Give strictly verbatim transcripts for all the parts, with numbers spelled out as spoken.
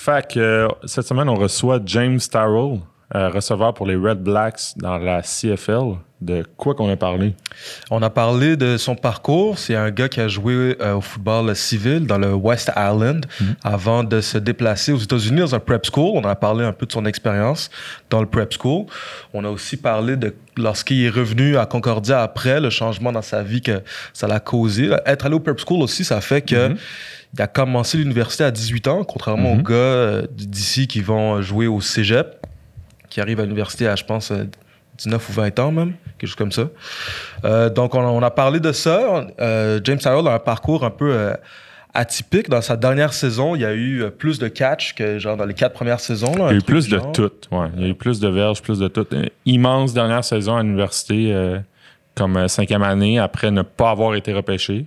Fait que euh, cette semaine, on reçoit James Starrell, euh, receveur pour les Red Blacks dans la C F L. De quoi qu'on a parlé? On a parlé de son parcours. C'est un gars qui a joué euh, au football civil dans le West Island mm-hmm. avant de se déplacer aux États-Unis dans un prep school. On a parlé un peu de son expérience dans le prep school. On a aussi parlé de lorsqu'il est revenu à Concordia après, le changement dans sa vie que ça l'a causé. Être allé au prep school aussi, ça fait que mm-hmm. il a commencé l'université à dix-huit ans, contrairement mm-hmm. aux gars euh, d'ici qui vont jouer au cégep, qui arrivent à l'université à, je pense, dix-neuf ou vingt ans même, quelque chose comme ça. Euh, donc, on, on a parlé de ça. Euh, James Starrell a un parcours un peu euh, atypique. Dans sa dernière saison, il y a eu plus de catch que genre dans les quatre premières saisons. Là, il y a eu plus de tout. Ouais. Il y a eu plus de verges, plus de tout. Une immense dernière saison à l'université, euh, comme cinquième année, après ne pas avoir été repêché.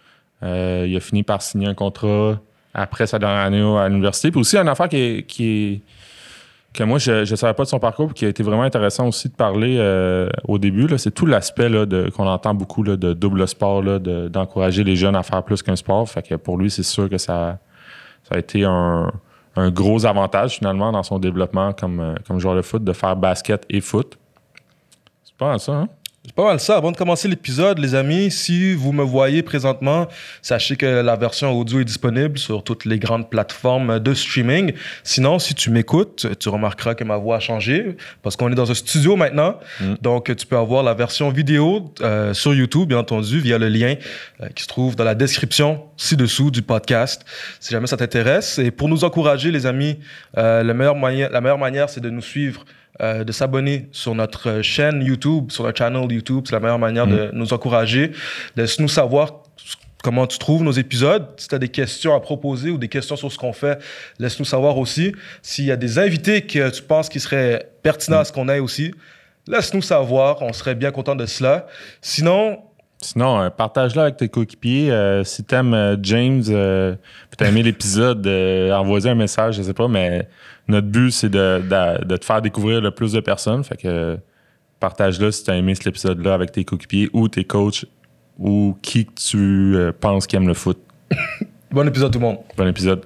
Euh, il a fini par signer un contrat après sa dernière année à l'université. Puis aussi, une affaire qui est... Qui est que moi, je ne savais pas de son parcours, qui a été vraiment intéressant aussi de parler euh, au début. Là, c'est tout l'aspect là, de, qu'on entend beaucoup là, de double sport, là, de, d'encourager les jeunes à faire plus qu'un sport. Fait que pour lui, c'est sûr que ça, ça a été un, un gros avantage finalement dans son développement comme, comme joueur de foot, de faire basket et foot. C'est pas ça, hein? C'est pas mal ça. Avant de commencer l'épisode, les amis, si vous me voyez présentement, sachez que la version audio est disponible sur toutes les grandes plateformes de streaming. Sinon, si tu m'écoutes, tu remarqueras que ma voix a changé parce qu'on est dans un studio maintenant. Mm. Donc, tu peux avoir la version vidéo euh, sur YouTube, bien entendu, via le lien euh, qui se trouve dans la description ci-dessous du podcast, si jamais ça t'intéresse. Et pour nous encourager, les amis, euh, la meilleure moyen, la meilleure manière, c'est de nous suivre. Euh, de s'abonner sur notre chaîne YouTube, sur notre channel YouTube. C'est la meilleure manière mmh. de nous encourager. Laisse-nous savoir comment tu trouves nos épisodes. Si tu as des questions à proposer ou des questions sur ce qu'on fait, laisse-nous savoir aussi. S'il y a des invités que tu penses qui seraient pertinents mmh. à ce qu'on ait aussi, laisse-nous savoir. On serait bien content de cela. Sinon... Sinon, euh, partage-le avec tes coéquipiers. Euh, si t'aimes euh, James, euh, puis t'as aimé l'épisode, euh, envoie un message, je sais pas, mais notre but, c'est de, de, de te faire découvrir le plus de personnes. Fait que euh, partage-le si t'as aimé cet épisode-là avec tes coéquipiers ou tes coachs ou qui que tu euh, penses qui aime le foot. Bon épisode tout le monde. Bon épisode.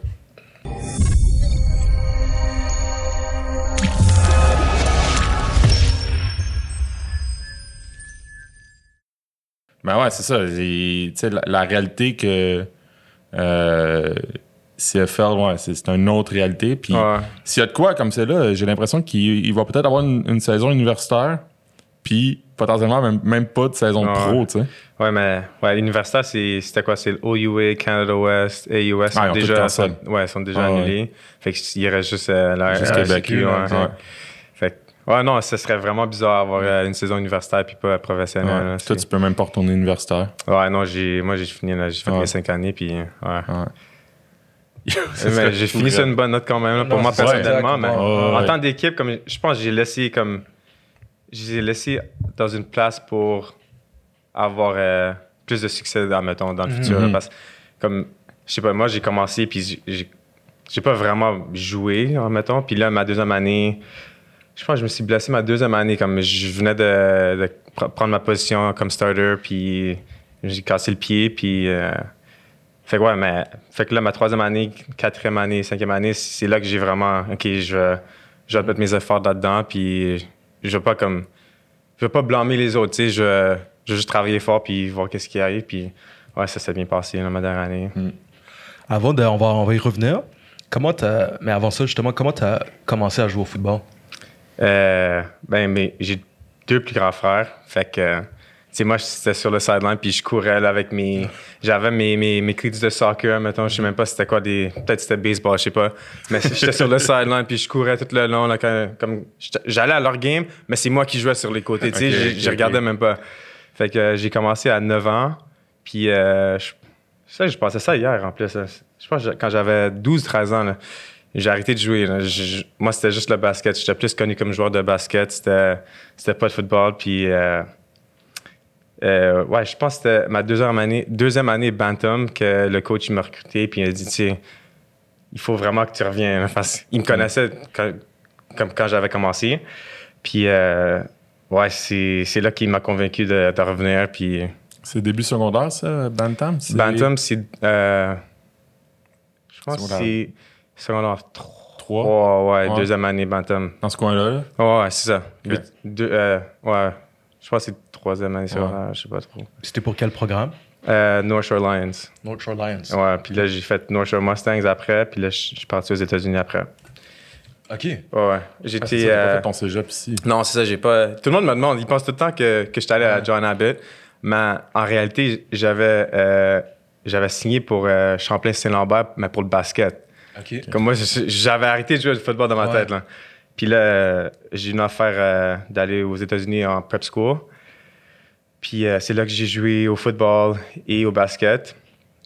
Ben ouais, c'est ça. La, la réalité que euh, C F L, ouais, c'est, c'est une autre réalité. Puis ouais. S'il y a de quoi comme c'est là, j'ai l'impression qu'il il va peut-être avoir une, une saison universitaire, puis potentiellement même, même pas de saison ouais. pro, tu sais. Ouais, mais ouais, l'universitaire, c'est, c'était quoi? C'est l'O U A, Canada West, A U S. Ah, ils déjà, sont, ouais, sont déjà ah, annulés. Ouais. Fait qu'il reste juste euh, la juste Québec. Ouais, ouais. ouais. Fait ouais, non, ce serait vraiment bizarre d'avoir euh, une saison universitaire puis pas professionnelle. Ouais. Là, Toi, tu peux même pas retourner universitaire. Ouais, non, j'ai, moi, j'ai fini, là, j'ai fait ouais. mes cinq années, puis ouais. ouais. mais j'ai fini sur une bonne note quand même, là, pour non, moi, personnellement. Mais oh, en ouais. tant d'équipe, comme, je pense que j'ai laissé comme... J'ai laissé dans une place pour avoir euh, plus de succès, dans, mettons, dans le mm-hmm. futur. Là, parce que, comme, je sais pas, moi, j'ai commencé, puis j'ai, j'ai pas vraiment joué, mettons. Puis là, ma deuxième année... Je pense que je me suis blessé ma deuxième année, comme je venais de, de prendre ma position comme starter, puis j'ai cassé le pied, puis... Euh, fait que ouais, mais... Fait que là, ma troisième année, quatrième année, cinquième année, c'est là que j'ai vraiment... OK, je vais, je vais mettre mes efforts là-dedans, puis je vais pas comme... Je vais pas blâmer les autres, tu sais, je, je vais juste travailler fort, puis voir qu'est-ce qui arrive, puis ouais, ça s'est bien passé, là, ma dernière année. Mm. Avant de... On va, on va y revenir. Comment t'as... Mais avant ça, justement, comment t'as commencé à jouer au football? Euh, ben, mais j'ai deux plus grands frères. Fait que, tu sais, moi, c'était sur le sideline, puis je courais là, avec mes. J'avais mes, mes, mes cleats de soccer, mettons. Je sais même pas c'était quoi des. Peut-être c'était baseball, je sais pas. Mais j'étais sur le sideline, puis je courais tout le long. Là, quand, comme, j'allais à leur game, mais c'est moi qui jouais sur les côtés. Tu sais, okay, okay, je regardais okay. même pas. Fait que euh, j'ai commencé à neuf ans, puis euh, je, ça, je pensais ça hier en plus. Là. Je pense que quand j'avais douze treize ans, là. J'ai arrêté de jouer. Je, je, moi, c'était juste le basket. J'étais plus connu comme joueur de basket. C'était, c'était pas de football. Puis, euh, euh, ouais, je pense que c'était ma deuxième année, deuxième année Bantam que le coach il m'a recruté. Puis, il a dit, tu sais, il faut vraiment que tu reviennes. Enfin, il me connaissait quand, comme quand j'avais commencé. Puis, euh, ouais, c'est, c'est là qu'il m'a convaincu de, de revenir. Puis, c'est début secondaire, ça, Bantam? C'est... Bantam, c'est. Euh, je pense que c'est. secondaire Trois? trois, ouais, Ouais. deuxième année Bantam. Dans ce coin-là? Là? Ouais, ouais, c'est ça. Ok. Deux, euh, ouais, je pense que c'est troisième année Ouais. secondaire, je sais pas trop. C'était pour quel programme? Euh, North Shore Lions. North Shore Lions. Ouais, puis là, j'ai fait North Shore Mustangs après, puis là, je je suis parti aux États-Unis après. OK. Ouais, ouais. Ah, J'étais. c'est ça, t'as pas euh, fait ton cégep ici. Non, c'est ça, j'ai pas. Tout le monde me demande, ils pensent tout le temps que, que j'étais allé à John Abbott, mais en réalité, j'avais, euh, j'avais signé pour euh, Champlain-Saint-Lambert, mais pour le basket. OK. Comme moi, je- j'avais arrêté de jouer au football dans ma Ouais. tête. Là. Puis là, euh, j'ai eu une affaire euh, d'aller aux États-Unis en prep school. Puis euh, c'est là que j'ai joué au football et au basket.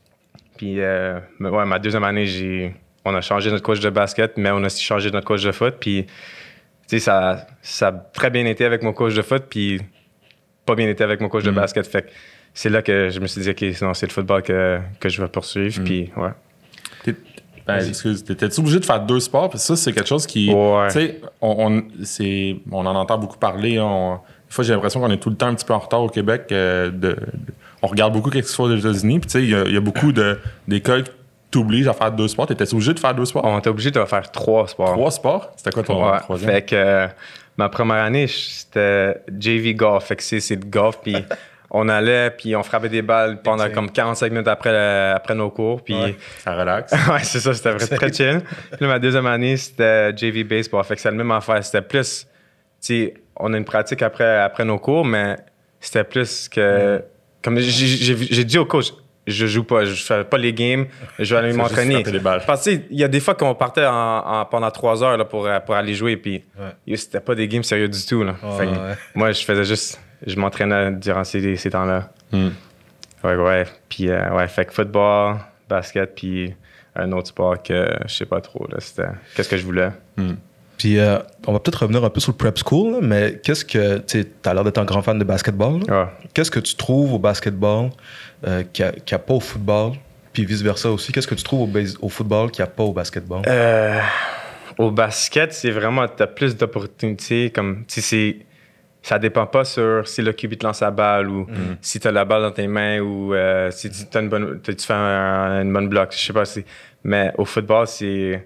Puis euh, mais ouais, ma deuxième année, j'ai, on a changé notre coach de basket, mais on a aussi changé notre coach de foot. Puis tu sais, ça, ça a très bien été avec mon coach de foot, puis pas bien été avec mon coach de Mm. basket. Fait que c'est là que je me suis dit, OK, non, c'est le football que, que je vais poursuivre. Mm. Puis ouais. T'es- Ben, excuse, t'étais-tu obligé de faire deux sports? Parce que ça, c'est quelque chose qui. Ouais. Tu sais, on, on, c'est- on en entend beaucoup parler. Hein, on- des fois, j'ai l'impression qu'on est tout le temps un petit peu en retard au Québec. euh, de, de- on regarde beaucoup ce qui se fait aux États-Unis. Puis, tu sais, il y, a- il y a beaucoup de, d'écoles qui t'obligent à faire deux sports. T'étais obligé de faire deux sports? On était obligé de faire trois sports. Trois sports? C'était quoi ton Ouais. troisième? Fait que euh, ma première année, je- c'était J V golf. Fait que c'est, c'est de golf. Puis on allait, puis on frappait des balles pendant Insane. comme quarante-cinq minutes après, le- après nos cours. Puis Ouais. Ça relaxe. ouais, c'est ça, c'était vraiment très chill. Puis là, ma deuxième année, c'était J V baseball. Fait que c'est la même affaire. C'était plus, tu sais, on a une pratique après, après nos cours, mais c'était plus que. Comme j'ai, j'ai, j'ai dit au coach, je joue pas, je fais pas les games, je vais aller C'est m'entraîner. juste frapper les balles. Parce que tu sais, il y a des fois qu'on partait en, en- pendant trois heures là, pour, euh, pour aller jouer, puis Ouais. yo, c'était pas des games sérieux du tout. Là. Ouais, Fait que ouais. moi, je faisais juste, je m'entraînais durant ces, ces temps-là. Hmm. Ouais, ouais. Puis, euh, ouais, fait que football, basket, puis un autre sport que je sais pas trop. Là, c'était qu'est-ce que je voulais. Puis euh, on va peut-être revenir un peu sur le prep school, là, mais qu'est-ce que. Tu as l'air d'être un grand fan de basketball. là. Ouais. Qu'est-ce que tu trouves au basketball euh, qu'il n'y a, a pas au football? Puis vice-versa aussi. Qu'est-ce que tu trouves au, base- au football qu'il n'y a pas au basketball? Euh, au basket, c'est vraiment, t'as plus d'opportunités. Comme, tu sais, c'est, ça dépend pas sur si le Q B te lance la balle ou si t'as la balle dans tes mains ou euh, si tu, t'as une bonne, tu fais un- une bonne bloc. Je sais pas si. Mais au football, c'est,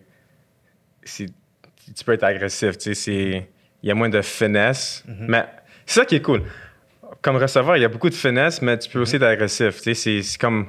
c'est, tu peux être agressif. Tu sais, c'est, il y a moins de finesse. Mais c'est ça qui est cool. Comme receveur, il y a beaucoup de finesse, mais tu peux aussi être agressif. Tu sais, c'est, c'est comme.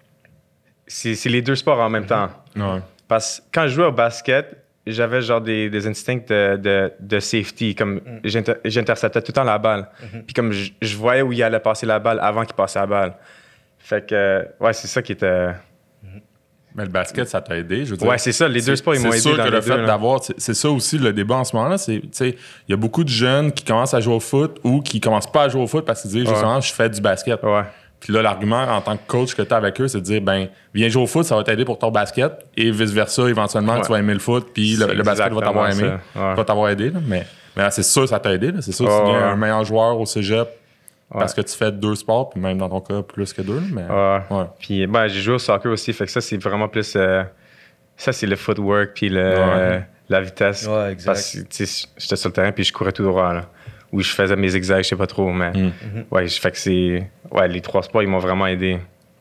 C'est, c'est les deux sports en même temps. Ouais. Parce que quand je jouais au basket, j'avais genre des, des instincts de, de, de safety. Comme j'inter- j'interceptais tout le temps la balle. Puis comme je, je voyais où il allait passer la balle avant qu'il passe la balle. Fait que, euh, ouais, c'est ça qui était. Mais le basket, ça t'a aidé. Je veux dire, Ouais, c'est ça. Les deux sports, ils m'ont C'est aidé sûr dans que les le deux. fait là. d'avoir, c'est c'est ça aussi le débat en ce moment-là. C'est, tu sais, il y a beaucoup de jeunes qui commencent à jouer au foot ou qui commencent pas à jouer au foot parce qu'ils disent Ouais. justement, je fais du basket. Ouais. Puis là, l'argument en tant que coach que tu as avec eux, c'est de dire, ben, viens jouer au foot, ça va t'aider pour ton basket. Et vice-versa, éventuellement, Ouais. tu vas aimer le foot, puis le, C'est le basket va t'avoir aimé. exactement ça. Ouais. Va t'avoir aidé. Là. Mais, mais là, c'est sûr que ça t'a aidé. là. C'est sûr que Ouais, tu deviens ouais. un meilleur joueur au cégep Ouais. parce que tu fais deux sports, puis même dans ton cas, plus que deux. là, Mais, Ouais. ouais. Puis ben, j'ai joué au soccer aussi. Fait que ça, c'est vraiment plus. euh, ça, c'est le footwork, puis le, Ouais. la vitesse. Ouais, exact. Parce que, tu sais, j'étais sur le terrain, puis je courais tout droit, là. Ou je faisais mes zigzags, je sais pas trop, mais. Mm. Ouais, je- fait que c'est. Ouais, les trois sports, ils m'ont vraiment aidé.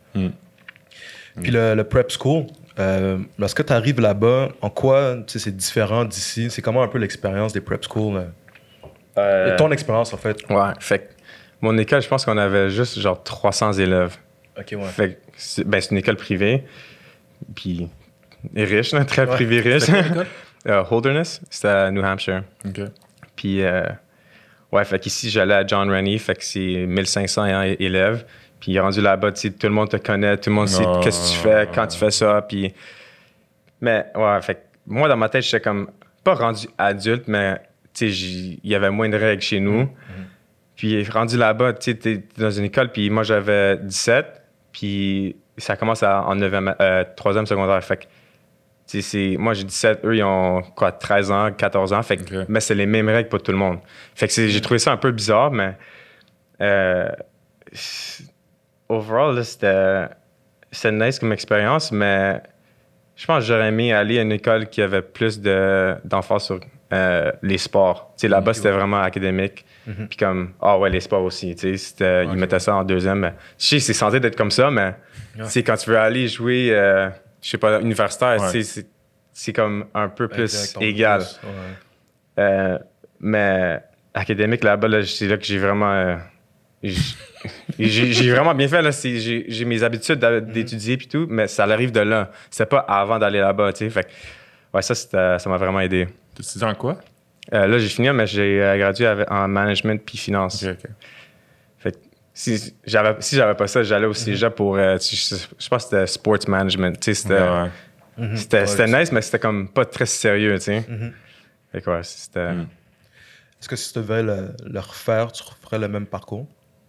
Puis le, le prep school, euh, lorsque tu arrives là-bas, en quoi tu sais, c'est différent d'ici? C'est comment un peu l'expérience des prep schools? euh? Euh, Ton expérience, en fait. Ouais, fait que mon école, je pense qu'on avait juste genre trois cents élèves. OK, ouais. Fait que c'est, ben, c'est une école privée, puis riche, là, très Ouais. privée riche. C'était quoi l'école? Euh, Holderness, c'était à New Hampshire. OK. Puis, euh, ouais, fait qu'ici, j'allais à John Rennie, fait que c'est mille cinq cents é- élèves. Puis, rendu là-bas, tu sais, tout le monde te connaît, tout le monde sait Ah, qu'est-ce que tu fais, quand tu fais ça. Puis, mais, ouais, fait que moi, dans ma tête, j'étais comme, pas rendu adulte, mais, tu sais, j'y- il y avait moins de règles chez nous. Puis, rendu là-bas, tu sais, t'es t'es dans une école, puis moi, j'avais dix-sept, puis ça commence à, en neuvième, euh, troisième secondaire. Fait que, tu sais, c'est- moi, j'ai dix-sept, eux, ils ont quoi, treize ans, quatorze ans. Fait que, Ok. mais c'est les mêmes règles pour tout le monde. Fait que c'est- j'ai trouvé ça un peu bizarre, mais euh, overall, là, c'était, c'était nice comme expérience, mais je pense que j'aurais aimé aller à une école qui avait plus de, d'emphase sur euh, les sports. Tu sais, là-bas, c'était vraiment académique. Puis comme, ah ouais, les sports aussi. Tu sais, c'était- ils mettaient ça en deuxième. mais- Je sais, c'est censé être comme ça, mais tu sais, quand tu veux aller jouer, euh, je sais pas, universitaire, Ouais. tu sais, c'est- c'est comme un peu plus Exact, en égal. plus, ouais. Euh, mais académique, là-bas, là, c'est là que j'ai vraiment... euh, j'ai, j'ai, j'ai vraiment bien fait, là. C'est, j'ai, j'ai mes habitudes d'a- d'étudier puis tout, mais ça arrive de là. C'est pas avant d'aller là-bas, tu sais. Fait que, ouais, ça, c'était- ça m'a vraiment aidé. Tu étudies en quoi? Euh, là, j'ai fini, mais j'ai euh, gradué avec- en management puis finance. Ok, ok. Fait que si j'avais, si j'avais pas ça, j'allais au cégep pour... euh, je, je pense que c'était sports management, tu sais. C'était, Ouais, ouais. Mhm. c'était, Ouais, c'était c'est- nice, mais c'était comme pas très sérieux, tu sais. Mhm. Fait que, ouais, c'était... Mm. Est-ce que si tu devais le, le refaire, tu referais le même parcours?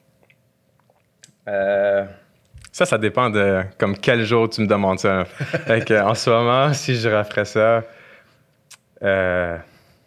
Euh, ça, ça dépend de comme quel jour tu me demandes ça. Fait que, en ce moment, si je referais ça, euh,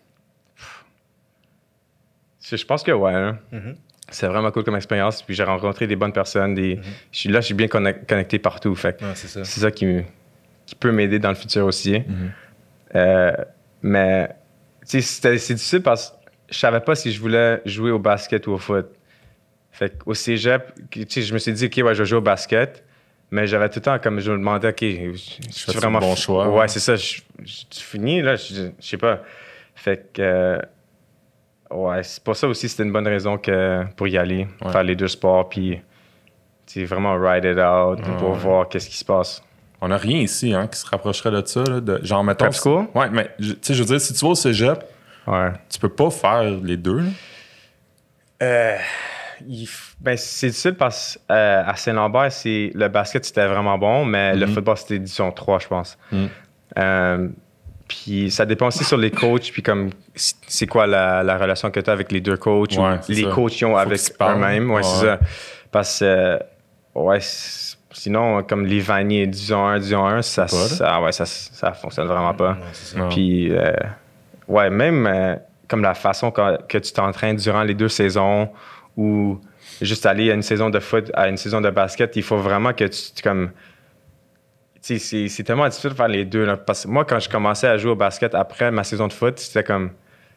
je, je pense que ouais. Hein. Mhm. C'est vraiment cool comme expérience. Puis j'ai rencontré des bonnes personnes. Des, je suis là, je suis bien connect- connecté partout. Fait que Ouais, c'est ça. c'est ça qui, me- qui peut m'aider dans le futur aussi. Mhm. Euh, mais tu sais, c'était- c'est difficile parce que je savais pas si je voulais jouer au basket ou au foot. Fait qu'au cégep, tu sais, je me suis dit, OK, ouais, je vais jouer au basket. Mais j'avais tout le temps, comme je me demandais, OK, je suis fais-tu vraiment. le bon choix, Ouais, ouais. c'est ça. Je, je, tu finis, là, je, je sais pas. Fait que. euh, ouais, c'est pour ça aussi, c'était une bonne raison que, pour y aller, Ouais. faire les deux sports, puis tu sais, vraiment ride it out Ouais, pour ouais. voir qu'est-ce qui se passe. On n'a rien ici hein, qui se rapprocherait de ça. Là, de, genre, mettons. Prep school? Ouais, mais je- tu sais, je veux dire, si tu vas au cégep, Ouais. tu peux pas faire les deux. Là. Euh, il f- ben, c'est difficile parce qu'à Saint-Lambert, c'est, le basket, c'était vraiment bon, mais le Mhm. football, c'était édition trois, je pense. Mhm. Euh, puis ça dépend aussi sur les coachs, puis comme c- c'est quoi la, la relation que tu as avec les deux coachs Ouais, ou c'est les ça. coachs qui ont Faut avec qu'ils se parlent. eux-mêmes. Ouais, Ouais, c'est ouais. ça. Parce que, euh, ouais, c- sinon, comme les Vanier, Division un, Division un, ça, C'est pas, là. ça, ouais, ça, ça fonctionne vraiment pas. Ouais, c'est ça. Non. Puis, euh, ouais, même euh, comme la façon que, que tu t'entraînes durant les deux saisons ou juste aller à une saison de foot, à une saison de basket, il faut vraiment que tu, tu comme... Tu sais, c'est, c'est tellement difficile de faire les deux. Là, parce que moi, quand je commençais à jouer au basket après ma saison de foot, c'était comme...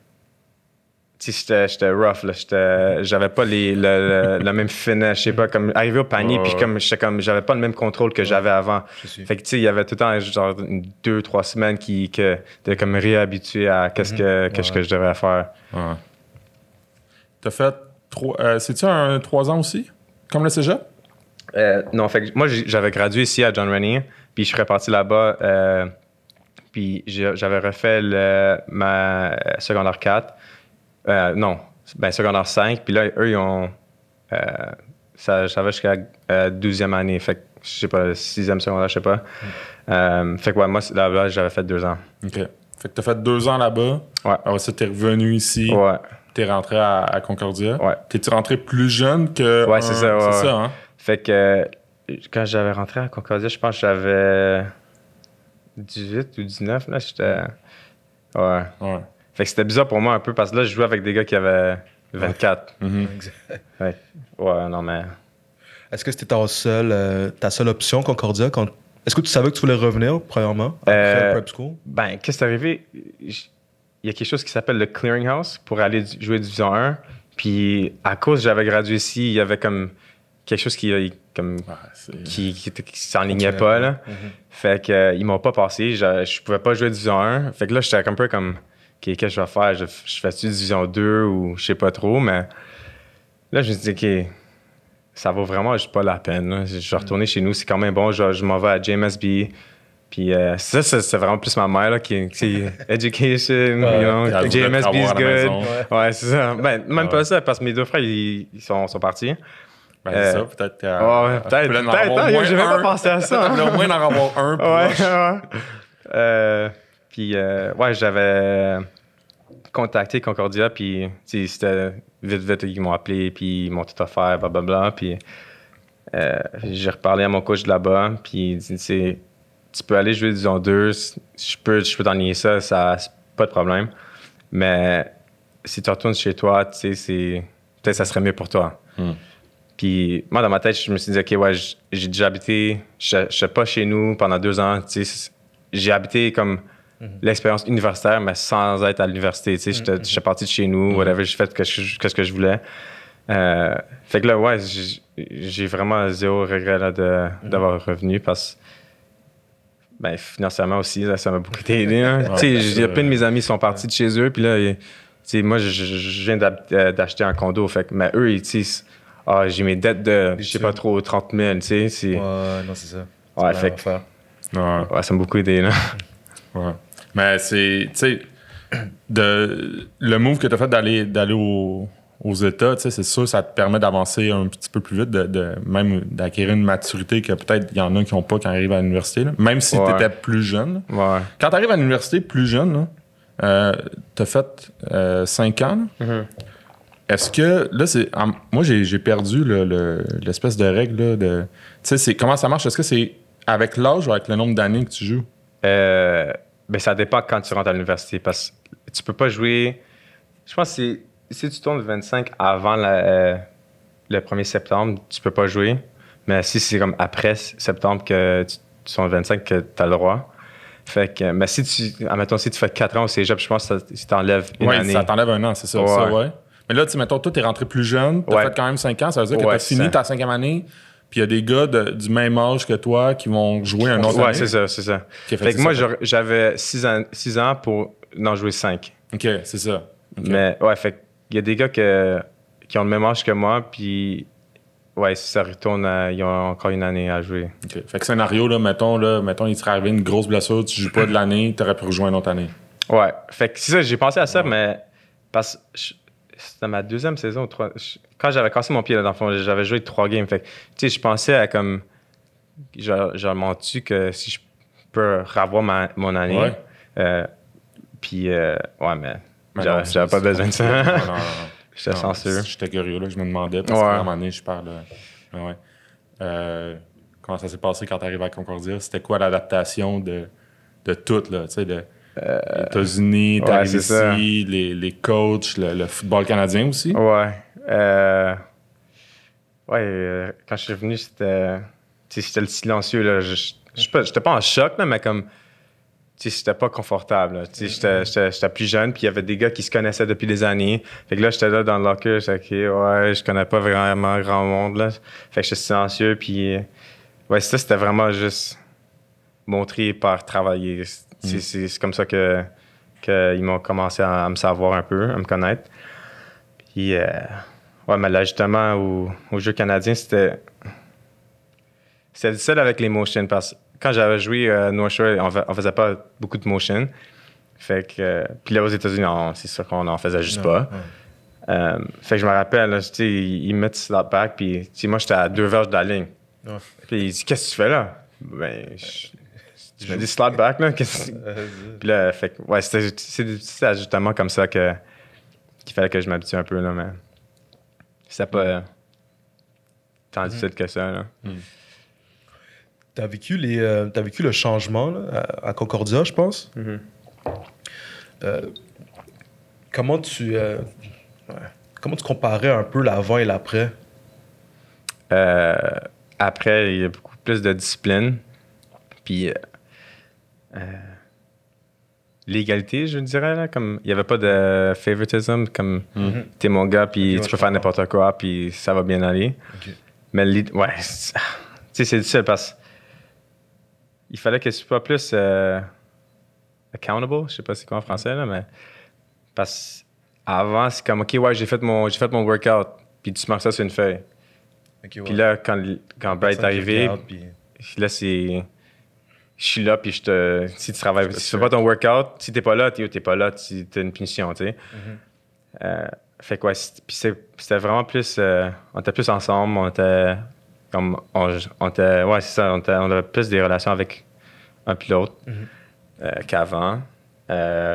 Tu sais, j'étais, j'étais rough, là. J'étais, j'avais pas les, le, le, le même finesse, je sais pas, comme arriver au panier, Ouais, puis ouais. comme, j'étais comme, j'avais pas le même contrôle que j'avais avant. Je suis. Fait que, tu sais, il y avait tout le temps, genre, une- deux, trois semaines qui, que, de comme réhabituer à qu'est-ce que, qu'est-ce Ouais. que je devrais faire. Ouais. T'as fait trois. Euh, c'est-tu un trois ans aussi? Comme le cégep? Euh, non, fait que moi, j'ai- j'avais gradué ici à John Rennie, puis je suis reparti là-bas, euh, puis j'ai- j'avais refait le, ma euh, secondaire quatre. Euh, non, ben secondaire cinq, puis là, eux, ils ont... Euh, ça, ça va jusqu'à euh, douzième année, fait que, je sais pas, sixième secondaire, je sais pas. Euh, fait que, ouais, moi, là-bas, j'avais fait deux ans. OK. Fait que t'as fait deux ans là-bas. Ouais. Après ça, t'es revenu ici. Ouais, T'es rentré à, à Concordia. ouais. T'es-tu rentré plus jeune que. Ouais, un- c'est ça, ouais, C'est ouais. ça, hein? Fait que, euh, quand j'avais rentré à Concordia, je pense que j'avais dix-huit ou dix-neuf, là, j'étais... Ouais. Ouais. Fait que c'était bizarre pour moi un peu parce que là, je jouais avec des gars qui avaient vingt-quatre. Mhm. Exact. Ouais, ouais non, mais. Est-ce que c'était ta seule, euh, ta seule option, Concordia? Quand... Est-ce que tu savais que tu voulais revenir, premièrement, après Euh, prep school? Ben, qu'est-ce qui est arrivé? J- Il y a quelque chose qui s'appelle le Clearinghouse pour aller du- jouer Division un. Puis, à cause que j'avais gradué ici, il y avait comme quelque chose qui, comme, Ouais, c'est- qui, qui, était- qui s'enlignait pas, là. Mhm. Fait que, euh, ils m'ont pas passé. Je, je pouvais pas jouer Division un. Fait que là, j'étais un peu comme, OK, qu'est-ce que je vais faire? Je, je fais-tu Division deux ou je sais pas trop, mais là, je me suis dit, OK, ça vaut vraiment juste pas la peine. Là. Je suis retourné chez nous, c'est quand même bon. Je, je m'en vais à J M S B. Puis euh, ça, c'est, c'est vraiment plus ma mère là, qui est education, you know, elle voulait J M S B te is revoir à la good. maison. Ouais. Ouais, c'est ça. Ben, même Ouais. pas ça, parce que mes deux frères, ils, ils sont, sont partis. Ben, Euh, c'est ça, peut-être. que, ouais, peut-être, tu voulais en peut-être, avoir hein, moins j'ai même pas un. pensé à ça, hein. Tu voulais au moins en avoir un Ouais, proche. ouais. Euh, puis, euh, ouais, j'avais contacté Concordia, puis tu sais, c'était vite, vite, ils m'ont appelé, puis ils m'ont tout offert, blablabla. Puis euh, j'ai reparlé à mon coach de là-bas, puis il dit, tu sais, tu peux aller jouer Division deux, je peux, je peux t'enligner ça, ça, c'est pas de problème. Mais si tu retournes chez toi, tu sais, c'est, peut-être ça serait mieux pour toi. Hmm. Puis moi, dans ma tête, je me suis dit, OK, ouais, j- j'ai déjà habité, je ne suis pas chez nous pendant deux ans. Tu sais, j'ai habité comme l'expérience universitaire, mais sans être à l'université. Tu sais, j'étais, j'étais parti de chez nous, whatever, j'ai fait ce que je, que ce que je voulais. Euh, fait que là, ouais, j'ai, j'ai vraiment zéro regret là, de, d'avoir revenu parce que Ben, financièrement aussi, là, ça m'a beaucoup aidé. Hein. Tu sais, il y a plein de mes amis qui sont partis de chez eux, puis là, tu sais, moi, je, je viens d'acheter un condo, fait que, mais eux, ils disent, ah, j'ai mes dettes de, je sais pas trop, trente mille, tu sais. C'est... Ouais, non, c'est ça. Ouais, fait que, Ouais. ouais, ça m'a beaucoup aidé, là. Ouais. Mais c'est, tu sais, de, le move que tu as fait d'aller, d'aller au, aux États, tu sais, c'est sûr, ça te permet d'avancer un petit peu plus vite, de, de même d'acquérir une maturité que peut-être il y en a qui n'ont pas quand ils arrivent à l'université, là. Même si Ouais. tu étais plus jeune. Ouais. Quand tu arrives à l'université plus jeune, là, euh, tu as fait euh, cinq ans. Là. Mm-hmm. Est-ce que, là, c'est. En, moi, j'ai, j'ai perdu le, le, l'espèce de règle, là, de. Tu sais, c'est, comment ça marche? Est-ce que c'est avec l'âge ou avec le nombre d'années que tu joues? Euh, ben, ça dépend quand tu rentres à l'université, parce que tu peux pas jouer. Je pense que c'est, si tu tournes le vingt-cinq avant la, euh, le premier septembre, tu peux pas jouer. Mais si c'est comme après septembre que tu, tu tournes le vingt-cinq, que tu as le droit. Fait que, mais si tu, admettons, si tu fais quatre ans au cégep, je pense que ça, ça t'enlève une Oui, année. ça t'enlève un an, c'est ça. Ouais. ça ouais. Mais là, tu sais, mettons, toi, t'es rentré plus jeune, t'as Ouais. fait quand même cinq ans, ça veut dire que Ouais, t'as fini ça. ta cinquième année, puis il y a des gars de- du même âge que toi qui vont jouer un autre Ouais, année. c'est ça, c'est ça. Qui a fait Fait que ça, moi, ça. j'aurais- j'avais six ans, six ans pour en jouer cinq. OK, c'est ça. OK. Mais ouais, fait qu'il y a des gars que, qui ont le même âge que moi, puis ouais, si ça retourne, à- ils ont encore une année à jouer. OK. Fait que scénario, là, mettons, là, mettons, il serait arrivé une grosse blessure, tu joues pas de l'année, t'aurais pu rejoindre une autre année. Ouais, fait que c'est ça, j'ai pensé à ça, mais parce que je- c'était ma deuxième saison, trois, je- quand j'avais cassé mon pied, là, dans le fond, j'avais joué trois games. Fait que, tu sais, je pensais à comme, genre, genre mens-tu que si je peux revoir ma, mon année. Ouais. Euh, puis, euh, ouais, mais Mais j'avais non, j'avais pas c'est- besoin de ça. Non, non, non. J'étais Non, chanceux. J'étais curieux, là, je me demandais, parce Ouais. qu'à un moment donné, je parle. euh, ouais. Euh, comment ça s'est passé quand tu arrives à Concordia? C'était quoi l'adaptation de, de tout, là, tu sais, de les États-Unis, ouais, t'arrives c'est ça. ici, les, les coachs, le, le football canadien aussi? Ouais. Euh, ouais, euh, quand je suis revenu, c'était, tu sais, c'était le silencieux, là. Je, je, je sais pas- j'étais pas en choc, là, mais comme, tu sais, j'étais pas confortable, là. Tu sais, j'étais, j'étais, j'étais plus jeune, puis il y avait des gars qui se connaissaient depuis des années. Fait que là, j'étais là dans le locker, j'étais OK, ouais, je connais pas vraiment grand monde, là. Fait que j'étais silencieux, puis ouais, ça, c'était vraiment juste montrer par travailler. C'est, c'est, c'est comme ça que, que ils m'ont commencé à, à me savoir un peu, à me connaître. Puis, euh, ouais, mais l'ajustement au, au jeu canadien, c'était. C'était difficile avec les motions parce que quand j'avais joué à North Shore, on, fa- on faisait pas beaucoup de motion. Fait que. euh, puis là, aux États-Unis, on- c'est sûr qu'on en faisait juste Non, pas. ouais. Euh, fait que je me rappelle, là, tu sais, ils, ils mettent slap back, puis tu sais, moi, j'étais à deux verges de la ligne. Ouais. Puis il dit, qu'est-ce que tu fais là? Ben, je, je me dis slap back, là. qu'est-ce que- Euh, Puis là, fait que, ouais, c'était, c'est des petits ajustements comme ça que, qu'il fallait que je m'habitue un peu, là, mais c'était pas euh, tant difficile que ça, là. T'as vécu, les, euh, t'as vécu le changement là, à, à Concordia, je pense. Mhm. Euh, comment tu euh, ouais. comment tu comparais un peu l'avant et l'après? Euh, après, il y a beaucoup plus de discipline. Puis, euh, euh, l'égalité, je dirais, là, comme il n'y avait pas de favoritism, comme Mhm. t'es mon gars, puis Ok, ouais, tu peux je faire comprends. n'importe quoi, puis ça va bien aller. Ok. Mais, l'id- ouais, c'est- tu sais, c'est difficile parce qu'il fallait que je sois plus euh, accountable, je sais pas c'est quoi en français, là, mais parce avant, c'est comme, OK, ouais, j'ai fait mon, j'ai fait mon workout, puis tu marques ça sur une feuille. Ok, ouais. Puis là, quand, quand Brad est Personne qui arrivé, regarde, puis- là, c'est. Je suis là, puis je te. Si tu travailles. Je te Si tu fais pas ton workout, si t'es pas là, t'es, t'es pas là, tu as une punition, tu sais. Mhm. Euh, fait que, ouais, c'est- puis c'est- c'était vraiment plus. euh, on était plus ensemble, on était. Comme, on, on était. Ouais, c'est ça, on, était- on avait plus des relations avec un puis l'autre Mhm. euh, qu'avant. Euh,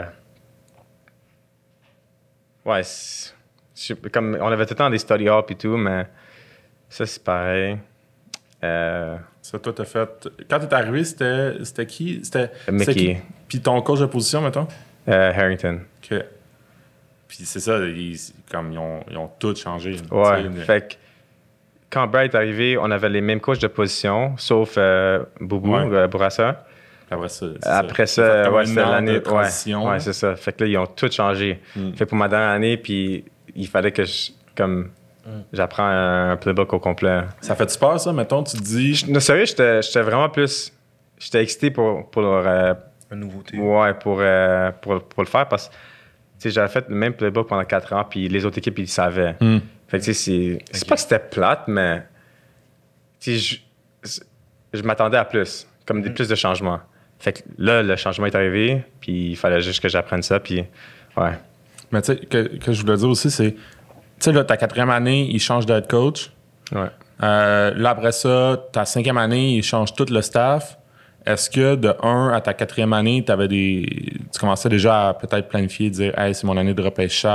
ouais, c'est- je sais pas, comme, on avait tout le temps des study hall et tout, mais ça, c'est pareil. Euh, Ça, toi, t'as fait. Quand t'es arrivé, c'était, c'était qui? C'était, Mickey. c'était qui? Puis ton coach de position, mettons? euh, Harrington. OK. Puis c'est ça, ils, comme ils ont, ils ont tout changé. Ouais. tu sais, Fait que quand Brad est arrivé, on avait les mêmes coachs de position, sauf euh, Boubou, Ouais. euh, Bourassa. Après ça. c'est Après ça, T'as fait ça, comme ouais, un c'était an l'année de ouais, transition. ouais, c'est ça. Fait que là, ils ont tout changé. Mm. Fait que pour ma dernière année, puis il fallait que je, comme, j'apprends un, un playbook au complet. Ça fait-tu peur, ça? Mettons, tu te dis. Non, sérieux, j'étais, j'étais vraiment plus j'étais excité pour, pour leur. Euh, Une nouveauté. ouais, pour, euh, pour, pour le faire parce que j'avais fait le même playbook pendant quatre ans, puis les autres équipes, ils le savaient. Mm. Fait que tu sais, c'est, c'est okay. pas que c'était plate, mais tu sais, je, je m'attendais à plus, comme des, mm. plus de changements. Fait que là, le changement est arrivé, puis il fallait juste que j'apprenne ça, puis ouais. Mais tu sais, que, que je voulais dire aussi, c'est, tu sais, là, ta quatrième année, il change de head coach. Ouais. Euh, là, après ça, ta cinquième année, il change tout le staff. Est-ce que de un à ta quatrième année, t'avais des, tu commençais déjà à peut-être planifier, dire « Hey, c'est mon année de repêchage »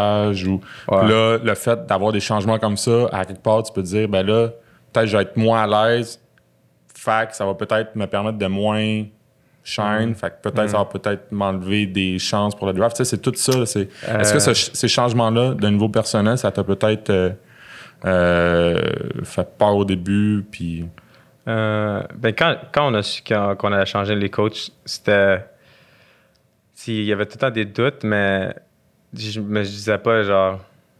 ou ouais. Là, le fait d'avoir des changements comme ça, à quelque part, tu peux te dire « Ben là, peut-être je vais être moins à l'aise. Fait que ça va peut-être me permettre de moins shine. Mm-hmm. Fait que peut-être mm-hmm. ça va peut-être m'enlever des chances pour le draft. » Tu sais, c'est tout ça. Là, c'est... Euh... Est-ce que ce, ces changements-là d'un niveau personnel, ça t'a peut-être euh, euh, fait peur au début, puis... Euh, ben quand, quand on a su qu'on, qu'on allait changer les coachs, c'était. Il y avait tout le temps des doutes, mais je me disais pas genre.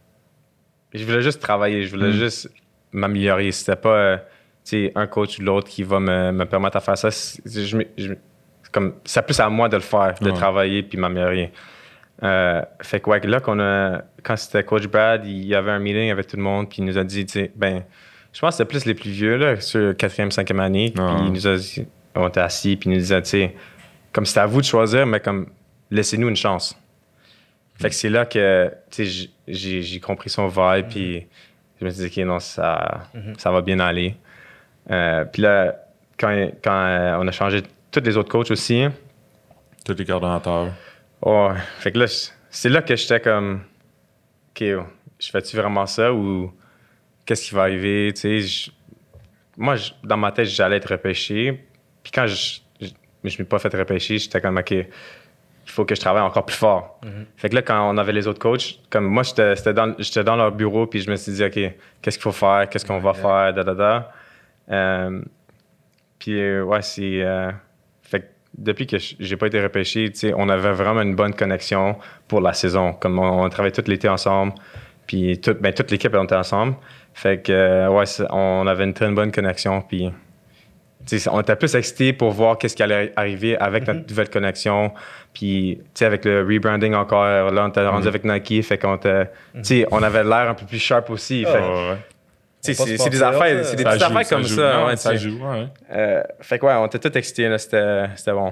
Je voulais juste travailler, je voulais mm. juste m'améliorer. C'était pas euh, un coach ou l'autre qui va me, me permettre de faire ça. C'est, je, je, comme, c'est plus à moi de le faire, de mm. travailler puis m'améliorer. Euh, fait que ouais, là, qu'on a, quand c'était Coach Brad, il y avait un meeting avec tout le monde, puis il nous a dit, tu sais, ben. Je pense que c'était plus les plus vieux, là, sur quatrième, cinquième année. Puis il nous a dit, on était assis, puis il nous disait, tu sais, comme c'était à vous de choisir, mais comme, laissez-nous une chance. Fait que c'est là que, tu sais, j'ai, j'ai compris son vibe, puis je me suis dit, OK, non, ça, mm-hmm. ça va bien aller. Euh, puis là, quand, quand on a changé tous les autres coachs aussi. Tous les coordonnateurs. Ouais. Fait que là, c'est là que j'étais comme, OK, je fais-tu vraiment ça ou. Qu'est-ce qui va arriver, tu sais, je, moi, je, dans ma tête, j'allais être repêché, puis quand je je, je m'ai pas fait repêcher, j'étais comme, OK, il faut que je travaille encore plus fort. Mm-hmm. Fait que là, quand on avait les autres coachs, comme moi, j'étais, c'était dans, j'étais dans leur bureau, puis je me suis dit, OK, qu'est-ce qu'il faut faire, qu'est-ce qu'on va faire, da, da, da. Euh, puis, euh, ouais, c'est... Euh, fait que depuis que j'ai pas été repêché, tu sais, on avait vraiment une bonne connexion pour la saison. Comme on, on travaillait tout l'été ensemble, puis tout, ben, toute l'équipe, on était ensemble. Fait que, euh, ouais, on avait une très bonne connexion. Puis, on était plus excités pour voir qu'est-ce qui allait arriver avec notre mm-hmm. nouvelle connexion. Puis, tu sais, avec le rebranding encore, là, on était rendu mm-hmm. avec Nike. Fait qu'on était, mm-hmm. tu sais, on avait l'air un peu plus sharp aussi. Oh, fait, ouais. C'est, c'est des affaires, c'est des petites affaires comme ça. ça, non, ouais, ça joue, ouais. Euh, fait que, ouais, on était tous excités, là, c'était, c'était bon.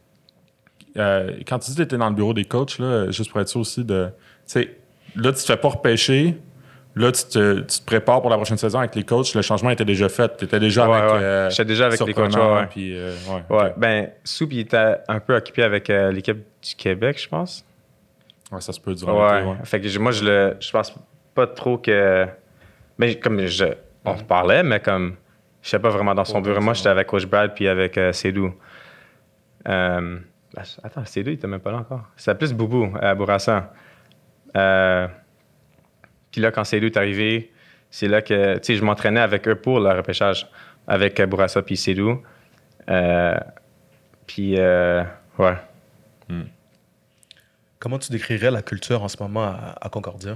Euh, quand tu dis que tu étais dans le bureau des coachs, là, juste pour être sûr aussi de. Tu sais, là, tu te fais pas repêcher. Là, tu te, tu te prépares pour la prochaine saison avec les coachs. Le changement était déjà fait. Tu étais déjà ouais, avec. Ouais. Euh, J'étais déjà avec les coachs. Ouais. Puis, euh, ouais, ouais. Okay. Ben, Soup, il était un peu occupé avec euh, l'équipe du Québec, je pense. Ouais, ça se peut durant ouais. l'été, ouais. Fait que moi, je le, je pense pas trop que. Mais comme je, on se parlait, mais comme. Je sais pas vraiment dans son bureau. Moi, j'étais avec Coach Brad puis avec euh, Seydou. Euh, attends, Seydou, il était même pas là encore. C'était plus Boubou à Bourassa. Euh. Puis là, quand Seydou est arrivé, c'est là que, tu sais, je m'entraînais avec eux pour le repêchage, avec Bourassa puis Seydou. Euh, puis, euh, ouais. Hmm. Comment tu décrirais la culture en ce moment à, à Concordia?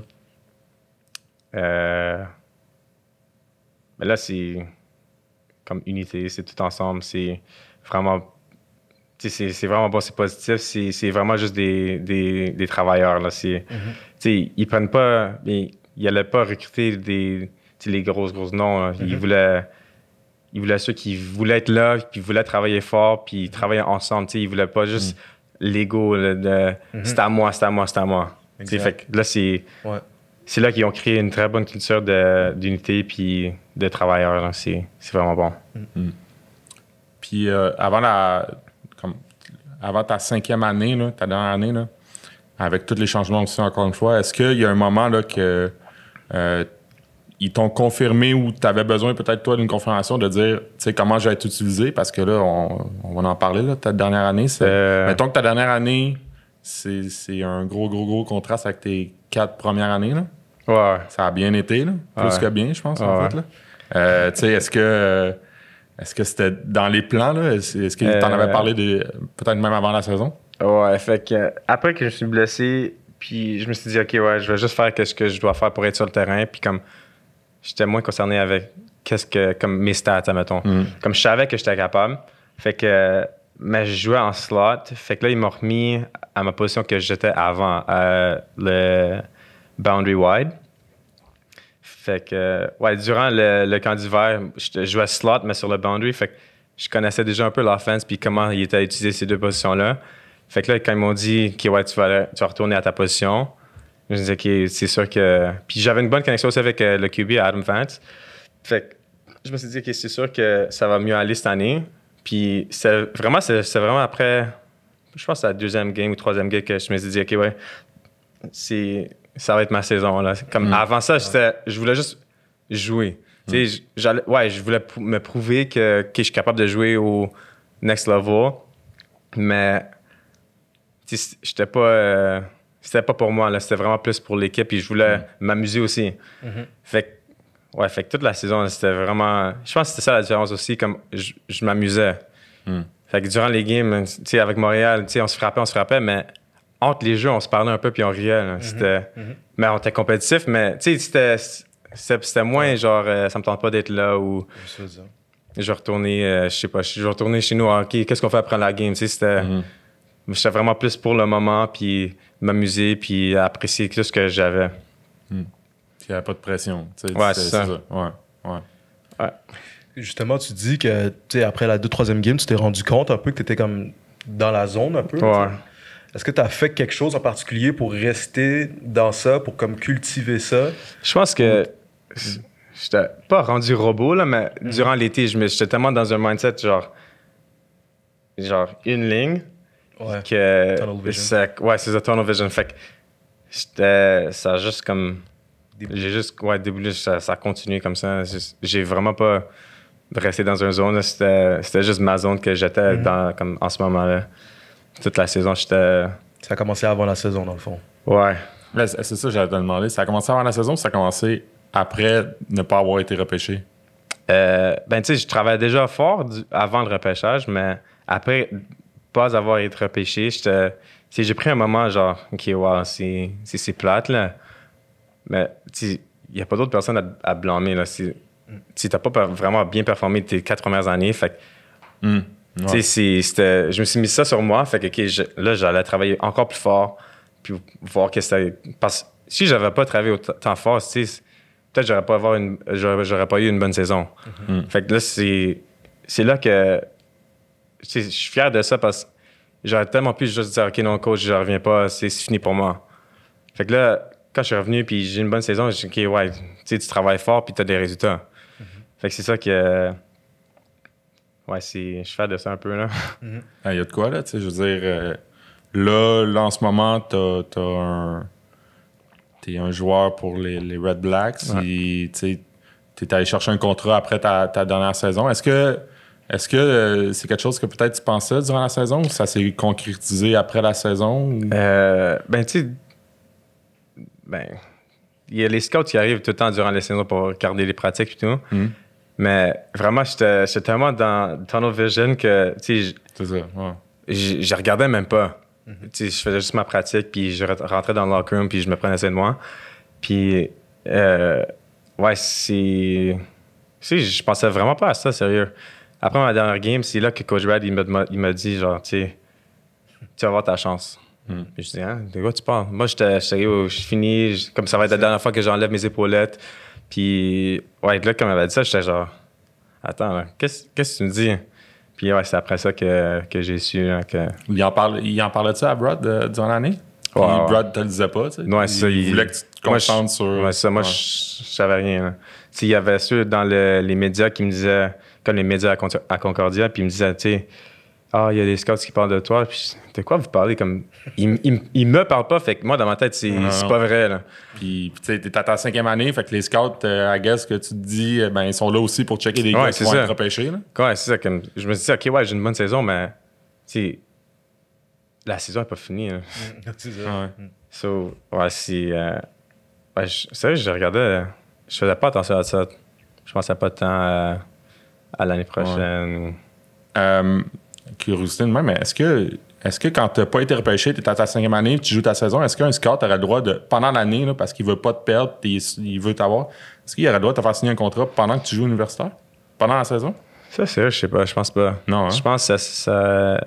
Euh, ben là, c'est comme unité, c'est tout ensemble, c'est vraiment, tu sais, c'est, c'est vraiment bon, c'est positif, c'est, c'est vraiment juste des, des, des travailleurs, là. C'est, mm-hmm. Tu sais, ils prennent pas... Ils, Ils n'allaient pas recruter des, les grosses, grosses noms. Mm-hmm. Ils, voulaient, ils voulaient ceux qui voulaient être là, qui voulaient travailler fort, puis travailler ensemble. T'sais, ils ne voulaient pas juste mm-hmm. l'ego de mm-hmm. c'est à moi, c'est à moi, c'est à moi. Fait que là, c'est, ouais. c'est là qu'ils ont créé une très bonne culture de, d'unité puis de travailleurs. Là. C'est, c'est vraiment bon. Mm-hmm. Puis euh, avant, la, comme, avant ta cinquième année, là, ta dernière année, là, avec tous les changements aussi, encore une fois, est-ce qu'il y a un moment là, que euh, ils t'ont confirmé ou tu avais besoin peut-être toi d'une confirmation de dire tu sais comment je vais être utilisé parce que là on, on va en parler là, ta dernière année c'est euh... mettons que ta dernière année c'est, c'est un gros gros gros contraste avec tes quatre premières années là. Ouais. Ça a bien été là, plus ouais. que bien je pense ouais. en fait là. Euh, tu sais est-ce que euh, est-ce que c'était dans les plans là, est-ce, est-ce que euh... t'en avais parlé de, peut-être même avant la saison? Ouais, fait que après que je me suis blessé, puis je me suis dit, OK, ouais, je vais juste faire ce que je dois faire pour être sur le terrain. Puis comme j'étais moins concerné avec qu'est-ce que, comme mes stats, admettons. Mm. Comme je savais que j'étais capable. Fait que mais je jouais en slot. Fait que là, ils m'ont remis à ma position que j'étais avant, euh, le boundary wide. Fait que, ouais, durant le, le camp d'hiver, je jouais slot, mais sur le boundary. Fait que je connaissais déjà un peu l'offense puis comment il était à utiliser ces deux positions-là. Fait que là, quand ils m'ont dit que ouais, tu vas, tu vas retourner à ta position, je me disais, OK, c'est sûr que. Puis j'avais une bonne connexion aussi avec euh, le Q B, Adam Vance. Fait que je me suis dit, OK, c'est sûr que ça va mieux aller cette année. Puis c'est vraiment, c'est, c'est vraiment après, je pense que c'est la deuxième game ou troisième game que je me suis dit, OK, ouais, c'est, ça va être ma saison. Là. Comme, mm. Avant ça, j'étais, je voulais juste jouer. Mm. Tu sais, j'allais, ouais, je voulais p- me prouver que, que je suis capable de jouer au next level. Mais j'étais pas. Euh, c'était pas pour moi, là. C'était vraiment plus pour l'équipe. Et je voulais mm. m'amuser aussi. Mm-hmm. Fait que, ouais, fait que toute la saison, c'était vraiment. Je pense que c'était ça la différence aussi. Comme je, je m'amusais. Mm. Fait que durant les games, tu sais, avec Montréal, tu sais, on se frappait, on se frappait, mais entre les jeux, on se parlait un peu puis on riait. Mm-hmm. C'était. Mm-hmm. Mais on était compétitif, mais tu sais, c'était, c'était, c'était moins ouais. genre, euh, ça me tente pas d'être là ou. Je vais retourner, euh, je sais pas, je vais retourner chez nous. OK, qu'est-ce qu'on fait après la game? Tu sais, c'était. Mm-hmm. J'étais vraiment plus pour le moment, puis m'amuser, puis apprécier tout ce que j'avais. Hmm. Il n'y avait pas de pression. Ouais, c'est ça. c'est ça. Ouais, ouais. Ouais. Justement, tu dis que après la deux troisième game, tu t'es rendu compte un peu que tu étais comme dans la zone un peu. Ouais. Est-ce que tu as fait quelque chose en particulier pour rester dans ça, pour comme cultiver ça? Je pense que j'étais pas rendu robot, là, mais mm-hmm. durant l'été, j'étais tellement dans un mindset genre, genre une ligne. Ouais. Que tunnel vision. Ça, ouais, c'est ça, tunnel vision. Fait que j'étais, ça a juste comme. Débouché. J'ai juste. Ouais, débouché, ça, ça a continué comme ça. J'ai vraiment pas resté dans une zone. C'était, c'était juste ma zone que j'étais mm-hmm. dans, comme en ce moment-là. Toute la saison, j'étais. Ça a commencé avant la saison, dans le fond. Ouais. Là, c'est ça, j'allais te demander. Ça a commencé avant la saison ou ça a commencé après ne pas avoir été repêché? Euh, ben, tu sais, je travaillais déjà fort du, avant le repêchage, mais après. Pas avoir été repêché, j'ai pris un moment genre, OK, wow, c'est, c'est, c'est plate, là. Mais il n'y a pas d'autres personnes à, à blâmer, là. Tu n'as pas vraiment bien performé tes quatre premières années, fait que, mm, ouais. c'est, c'était, je me suis mis ça sur moi, fait que, OK, je, là, j'allais travailler encore plus fort, puis voir que c'était... Parce que si j'avais pas travaillé autant fort, peut-être j'aurais pas, avoir une, j'aurais, j'aurais pas eu une bonne saison. Mm-hmm. Fait que là, c'est, c'est là que... Je suis fier de ça parce que j'aurais tellement pu juste dire « OK, non, coach, je reviens pas, c'est, c'est fini pour moi. » Fait que là, quand je suis revenu puis j'ai une bonne saison, j'ai dit « OK, ouais, tu travailles fort puis tu as des résultats. Mm-hmm. » Fait que c'est ça que... Ouais, c'est, je suis fier de ça un peu, là. Il mm-hmm. ah, y a de quoi, là, tu sais, je veux dire... Euh, là, là, en ce moment, t'as, t'as un... T'es un joueur pour les, les Red Blacks. Ouais. Tu sais, t'es allé chercher un contrat après ta, ta dernière saison. Est-ce que... Est-ce que euh, c'est quelque chose que peut-être tu pensais durant la saison ou ça s'est concrétisé après la saison? Ou... Euh, ben, tu sais, ben, il y a les scouts qui arrivent tout le temps durant la saison pour regarder les pratiques et tout. Mm. Mais vraiment, j'étais, j'étais tellement dans tunnel vision que, tu sais, c'est ça, ouais. je, je regardais même pas. Mm-hmm. Tu sais, je faisais juste ma pratique, puis je rentrais dans le locker room, puis je me prenais soin de moi. Puis, euh, ouais, c'est... Tu sais, je pensais vraiment pas à ça, sérieux. Après ma dernière game, c'est là que Coach Brad, il m'a, il m'a dit, genre, tu sais, tu vas avoir ta chance. Mm. Puis je dis, hein, de quoi tu parles? Moi, j'étais, j'étais oh, je finis, comme ça va être la dernière fois que j'enlève mes épaulettes. Puis, ouais, là, quand il m'avait dit ça, j'étais genre, attends, là, qu'est-ce, qu'est-ce que tu me dis? Puis, ouais, c'est après ça que, que j'ai su. Là, que... Il en parle, il en parlait de ça à Brad euh, durant l'année? Puis ouais, ouais. Brad te le disait pas, tu sais? Ouais, c'est ça. Il, il voulait que tu te concentres sur. Ouais, ça, moi, ouais. je, je savais rien. Là. Il y avait ceux dans le, les médias qui me disaient, comme les médias à, à Concordia, puis ils me disaient, tu sais, ah, il y a des scouts qui parlent de toi. Puis, de quoi vous parlez? Comme, ils, ils, ils me parlent pas, fait que moi, dans ma tête, c'est, non, c'est pas vrai. Là. Puis, tu sais, t'es à ta cinquième année, fait que les scouts, euh, I guess, que tu te dis, ben, ils sont là aussi pour checker des ouais, gars qui vont ça. être repêchés. Là. Ouais, c'est ça. Comme, je me suis dit, OK, ouais, j'ai une bonne saison, mais, tu sais, la saison n'est pas finie. Là. c'est ça. Ouais. So, ouais, c'est. Euh, ouais, je, sérieux, je regardais, je faisais pas attention à ça. Je pensais pas tant à, à l'année prochaine. Ouais. Euh, curiosité de même, mais est-ce que, est-ce que quand tu n'as pas été repêché, tu es à ta cinquième année et tu joues ta saison, est-ce qu'un scout aurait le droit de, pendant l'année, là, parce qu'il ne veut pas te perdre et il veut t'avoir, est-ce qu'il aurait le droit de te faire signer un contrat pendant que tu joues universitaire? Pendant la saison? Ça, c'est vrai, je sais pas, je pense pas. Non, hein? Je pense que ça... ça...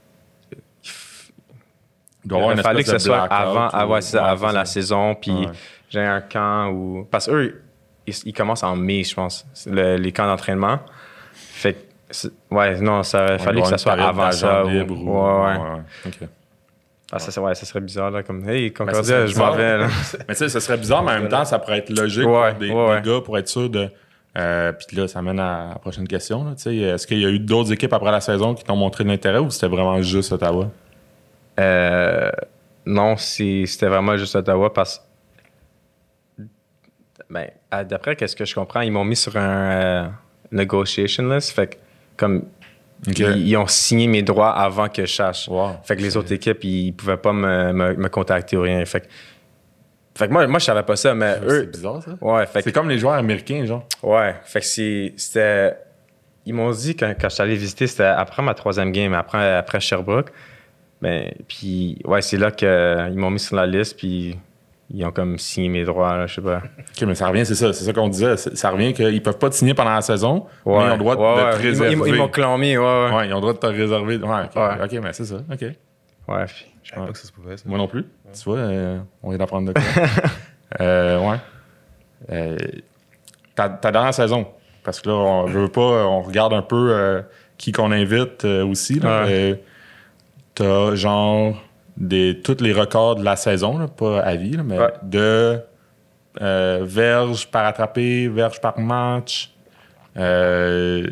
Il doit y avoir Il une fallait que espèce ce de soit blackout avant, ou- ah ouais, c'est ça, ouais, avant c'est la ça. saison, puis Ouais. j'ai un camp où... Parce qu'eux, ils, ils commencent en mai, je pense, le- les camps d'entraînement. Fait que, c'est- ouais, non, ça aurait Ouais, fallu il que doit y ça avoir soit une période avant ça. d'agent ou- libre ou- Ouais, ouais. ouais, ouais. OK. Ah, ça, c'est- ouais, ça serait bizarre, là, comme, hey, Mais ça Concordia, serait je m'en bizarre. vais, là. Mais tu sais, ce serait bizarre, mais en même temps, ça pourrait être logique Ouais, pour des, ouais, des gars pour être sûr de. Euh, Puis là, ça mène à la prochaine question. Là, tu sais. Est-ce qu'il y a eu d'autres équipes après la saison qui t'ont montré de l'intérêt ou c'était vraiment juste Ottawa? Euh, non, c'est- c'était vraiment juste Ottawa parce que, ben, à- d'après qu'est-ce que je comprends, ils m'ont mis sur un euh, negotiation list. Fait que, comme, OK. ils, ils ont signé mes droits avant que je sache. Wow. Fait que les autres équipes, ils pouvaient pas me, me, me contacter ou rien. Fait que, fait que moi, moi, je savais pas ça, mais C'est eux. bizarre, ça. Ouais, fait que, C'est comme les joueurs américains, genre. ouais, fait que c'est- c'était. Ils m'ont dit quand, quand je suis allé visiter, c'était après ma troisième game, après, après Sherbrooke. Ben, puis, ouais, c'est là qu'ils m'ont mis sur la liste, puis ils ont comme signé mes droits, là, je sais pas. OK, mais ça revient, c'est ça. C'est ça qu'on disait. C'est- Ça revient qu'ils peuvent pas te signer pendant la saison, Ouais, mais ils ont le droit de, ouais, de ouais. te Ils m'ont- réserver. Ils, m'ont- ils m'ont clamé, ouais, ouais. Ouais, ils ont le droit de te réserver. Ouais, OK, Ouais. OK, mais c'est ça. OK. Ouais, puis- Je savais pas que ça se pouvait, ça. Moi non plus. Tu vois, euh, on vient d'apprendre de quoi. euh, ouais. Euh, ta, ta dernière saison, parce que là, on veut pas, on regarde un peu euh, qui qu'on invite euh, aussi. Là. Ouais. Euh, t'as genre des, tous les records de la saison, là, pas à vie, là, mais Ouais. de euh, verges par attrapé, verges par match. Euh,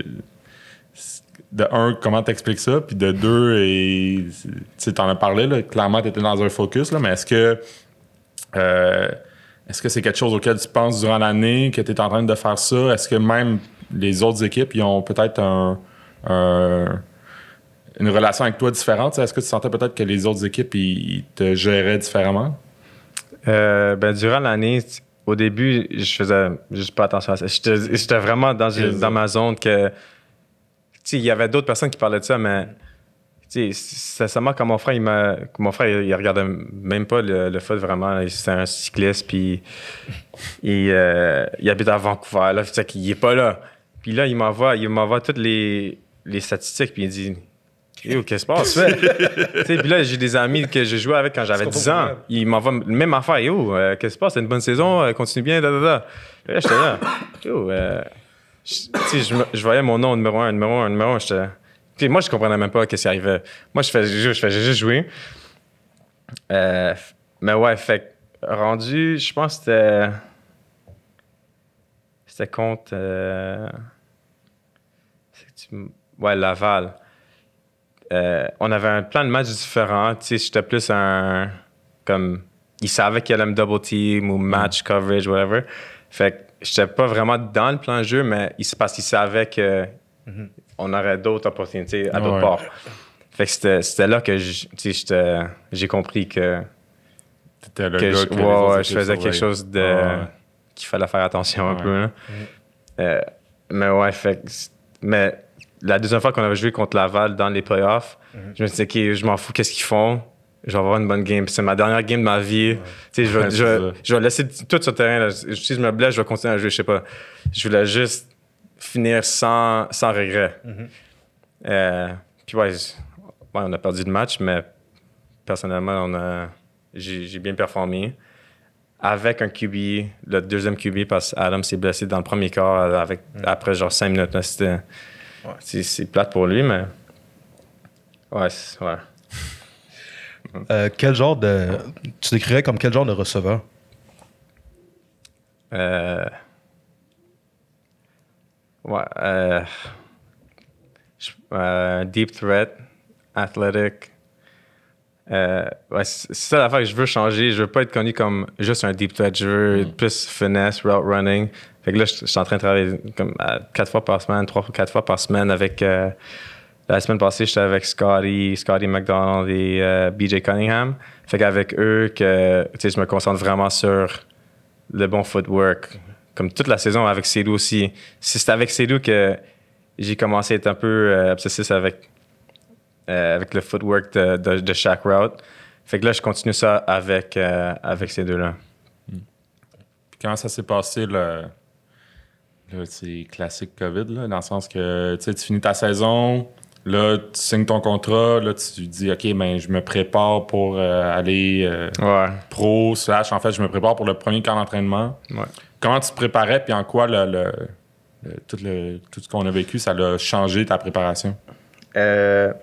de un, comment t'expliques ça? Puis de deux, et, tu sais, t'en as parlé, là, clairement, t'étais dans un focus, là, mais est-ce que euh, est-ce que c'est quelque chose auquel tu penses durant l'année, que tu es en train de faire ça? Est-ce que même les autres équipes, ils ont peut-être un, un- une relation avec toi différente? Est-ce que tu sentais peut-être que les autres équipes, ils, ils te géraient différemment? Euh, ben, durant l'année, t- au début, je faisais juste pas attention à ça. J'étais j'étais vraiment dans, une- dans ma zone que. Tu sais, il y avait d'autres personnes qui parlaient de ça, mais. Tu sais, sincèrement, quand mon frère, il m'a. Mon frère, il, il regardait même pas le, le foot vraiment. C'est un cycliste, puis. il, euh, il habite à Vancouver, là. Fait qu'il est pas là. Puis là, il m'envoie, il m'envoie toutes les, les statistiques, puis il dit. Yo, qu'est-ce qui se passe? Tu sais, puis là, j'ai des amis que j'ai joué avec quand j'avais dix ans. Ils m'envoient le même affaire. Yo, euh, qu'est-ce qui se passe? C'est une bonne saison, euh, continue bien, da, da, da. Et là, j'étais là. Yo, euh, je- tu sais, je, me- je voyais mon nom numéro un, numéro un, numéro un. J'étais. Puis moi, je comprenais même pas qu'est-ce qui arrivait. Moi, je faisais juste, je faisais juste jouer. Euh, mais ouais, fait que rendu, je pense que c'était. C'était contre. euh, c'est- tu- ouais, Laval. Euh, on avait un plan de match différent. Tu sais, j'étais plus un. Comme. Ils savaient qu'il allait me double team ou match coverage, whatever. Fait que j'étais pas vraiment dans le plan de jeu, mais ils- parce qu'ils savaient que on aurait d'autres opportunités à d'autres Ouais. parts. Fait que c'était, c'était là que j'- tu sais, j'étais- j'ai compris que, T'étais le que gars je, que ouais, les autres ouais, je équipes faisais quelque surveillent. chose de. Ouais. qu'il fallait faire attention un Ouais. peu. Là. Euh, mais ouais, fait que c- mais la deuxième fois qu'on avait joué contre Laval dans les playoffs, je me suis dit, OK, je m'en fous, qu'est-ce qu'ils font? Je vais avoir une bonne game. Puis c'est ma dernière game de ma vie. Tu sais, je, vais- Ouais, je, c'est vais- ça. je vais laisser tout sur le terrain. Là. Si je me blesse, je vais continuer à jouer, je sais pas. Je voulais juste finir sans, sans regret. Euh, puis ouais, j- ouais, on a perdu le match, mais personnellement, on a, j'ai, j'ai bien performé. Avec un Q B, le deuxième Q B, parce qu'Adam s'est blessé dans le premier quart avec, après genre cinq minutes. Là, c'était, c'est, c'est plate pour lui, mais. Ouais, c'est- ouais. Euh, quel genre de. Tu décrirais comme quel genre de receveur? Euh, ouais. Euh, je- euh, deep threat, athletic. Euh, ouais, c'est c'est ça l'affaire que je veux changer. Je veux pas être connu comme juste un deep threat. Je veux être plus finesse, route running. Fait que là, je je suis en train de travailler comme à quatre fois par semaine, trois ou quatre fois par semaine avec. euh, la semaine passée, j'étais avec Scotty, Scotty McDonald et euh, B J Cunningham. Fait qu'avec eux, que, tu sais, je me concentre vraiment sur le bon footwork. Comme toute la saison avec Cédou aussi. Si c'est avec Cédou que j'ai commencé à être un peu euh, obsessif avec, euh, avec le footwork de, de, de chaque route. Fait que là, je continue ça avec, euh, avec ces deux-là. Puis comment ça s'est passé le, Là, c'est classique COVID, là, dans le sens que tu finis ta saison, là, tu signes ton contrat, là, tu dis, OK, ben, je me prépare pour euh, aller euh, Ouais. pro, slash, en fait, je me prépare pour le premier camp d'entraînement. Ouais. Comment tu te préparais, puis en quoi le, le, le, tout, le, tout ce qu'on a vécu, ça a changé ta préparation? Euh,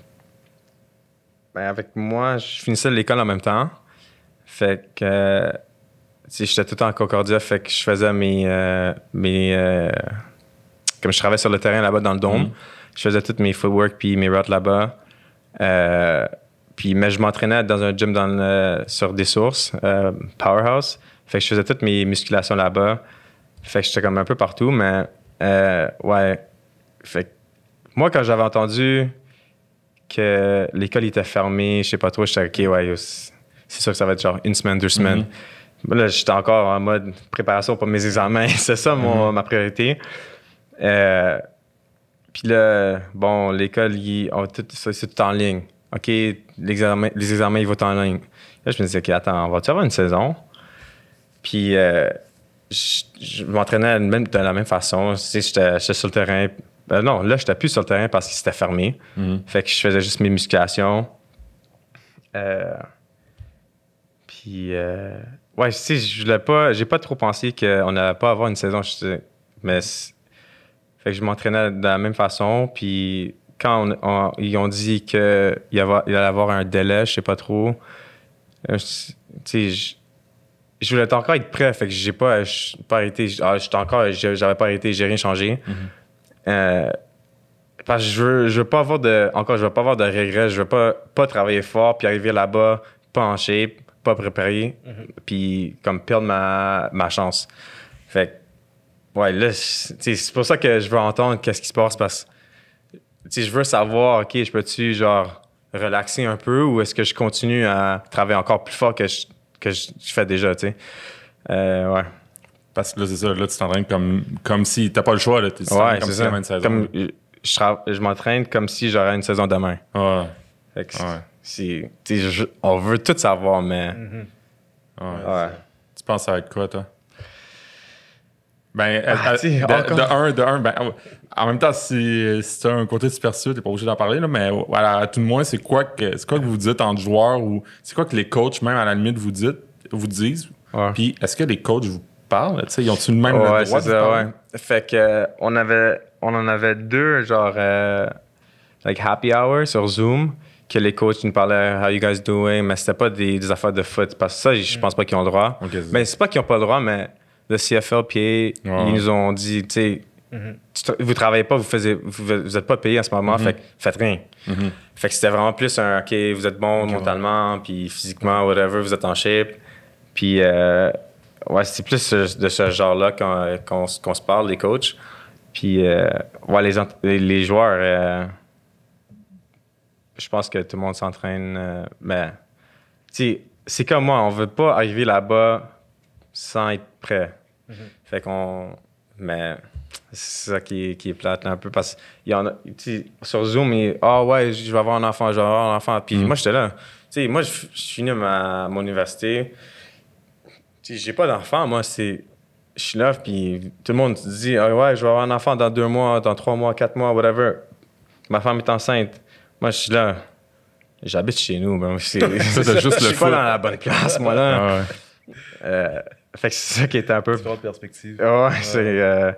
ben avec moi, je finissais l'école en même temps. Fait que, euh, tu sais, j'étais tout le temps en Concordia, fait que je faisais mes... euh, mes euh, comme je travaillais sur le terrain là-bas dans le dôme, mm-hmm. je faisais toutes mes footwork puis mes routes là-bas. Euh, puis, mais je m'entraînais dans un gym dans le, sur des sources, euh, Powerhouse. Fait que je faisais toutes mes musculations là-bas. Fait que j'étais comme un peu partout, mais euh, ouais. Fait que moi, quand j'avais entendu que l'école était fermée, je sais pas trop, j'étais OK, ouais, c'est sûr que ça va être genre une semaine, deux semaines. Mm-hmm. Là, j'étais encore en mode préparation pour mes examens. C'est ça, mon, mm-hmm. ma priorité. Euh, Puis là, bon, l'école, ils ont tout, c'est tout en ligne. OK, l'examen, les examens, ils vont en ligne. Là, je me disais, OK, attends, on va-tu avoir une saison? Puis, euh, je, je m'entraînais même de la même façon. Tu sais, j'étais, j'étais sur le terrain. Euh, non, là, j'étais plus sur le terrain parce que c'était fermé. Mm-hmm. Fait que je faisais juste mes musculations. Euh, puis, euh, ouais, tu sais, je voulais pas, j'ai pas trop pensé qu'on n'allait pas avoir une saison. Je, mais, fait que je m'entraînais de la même façon. Puis, quand on, on, ils ont dit qu'il y allait avoir un délai, je sais pas trop. Tu sais, je, je voulais encore être prêt, fait que j'ai pas, pas arrêté. Ah, j'étais encore, j'avais pas arrêté, j'ai rien changé. Mm-hmm. Euh, parce que je veux, je veux pas avoir de, encore, je veux pas avoir de regrets. Je veux pas, pas travailler fort puis arriver là-bas, pas en shape, pas préparé, mm-hmm. puis comme perdre ma, ma chance. Fait que, ouais, là, c'est pour ça que je veux entendre qu'est-ce qui se passe parce que, je veux savoir, OK, je peux-tu, genre, relaxer un peu ou est-ce que je continue à travailler encore plus fort que je, que je, je fais déjà, tu sais. Euh, ouais. Parce que là, c'est ça, là, tu t'entraînes comme, comme si t'as pas le choix, là. Tu ouais, comme c'est si ça. une saison. Comme, je, je m'entraîne comme si j'aurais une saison demain. Ouais. Fait que ouais. c'est, je, on veut tout savoir, mais... Mm-hmm. Ouais. ouais. Tu penses que ça va être quoi, toi? Ben, ah, à, de, de un, de un, ben, en même temps, si, si tu as un côté superstitieux, t'es pas obligé d'en parler, là, mais voilà, à tout le moins, c'est quoi que c'est quoi que vous dites entre joueurs ou c'est quoi que les coachs, même à la limite, vous dites, vous disent? Ouais. Puis est-ce que les coachs vous parlent? T'sais, ils ont-ils le même ouais, le droit c'est de ça, parler? Ouais. Fait que euh, on avait on en avait deux, genre euh, like happy hour sur Zoom, que les coachs nous parlaient how you guys doing, mais c'était pas des, des affaires de foot. Parce que ça, je pense pas qu'ils ont le droit. Okay, c'est mais c'est pas qu'ils ont pas le droit, mais le C F L P A, ouais. ils nous ont dit, tu sais, mm-hmm. vous travaillez pas, vous faisiez, vous, vous êtes pas payé en ce moment, mm-hmm. fait que faites rien. Mm-hmm. Fait que c'était vraiment plus un, OK, vous êtes bon okay, mentalement, ouais. puis physiquement, whatever, vous êtes en shape. Puis, euh, ouais, c'est plus de ce genre-là qu'on, qu'on, qu'on se parle, les coachs. Puis, euh, ouais, les, les joueurs, euh, je pense que tout le monde s'entraîne, euh, mais, tu sais, c'est comme moi, on veut pas arriver là-bas sans être prêt. Mm-hmm. Fait qu'on... Mais c'est ça qui est, qui est plate un peu parce qu'il y en a... Sur Zoom, il ah oh, ouais, je vais avoir un enfant, je vais avoir un enfant. Puis mm-hmm. moi, j'étais là. Tu sais, moi, je, je finis ma, mon université. Tu sais, j'ai pas d'enfant. Moi, c'est... Je suis là, puis tout le monde dit ah, ouais, je vais avoir un enfant dans deux mois, dans trois mois, quatre mois, whatever. Ma femme est enceinte. Moi, je suis là. J'habite chez nous. Ben, c'est, c'est, c'est juste je suis pas dans la bonne place, moi, là. Ah ouais. euh, Fait que c'est ça qui était un peu... C'est une autre perspective. Ouais, ouais. c'est... Euh...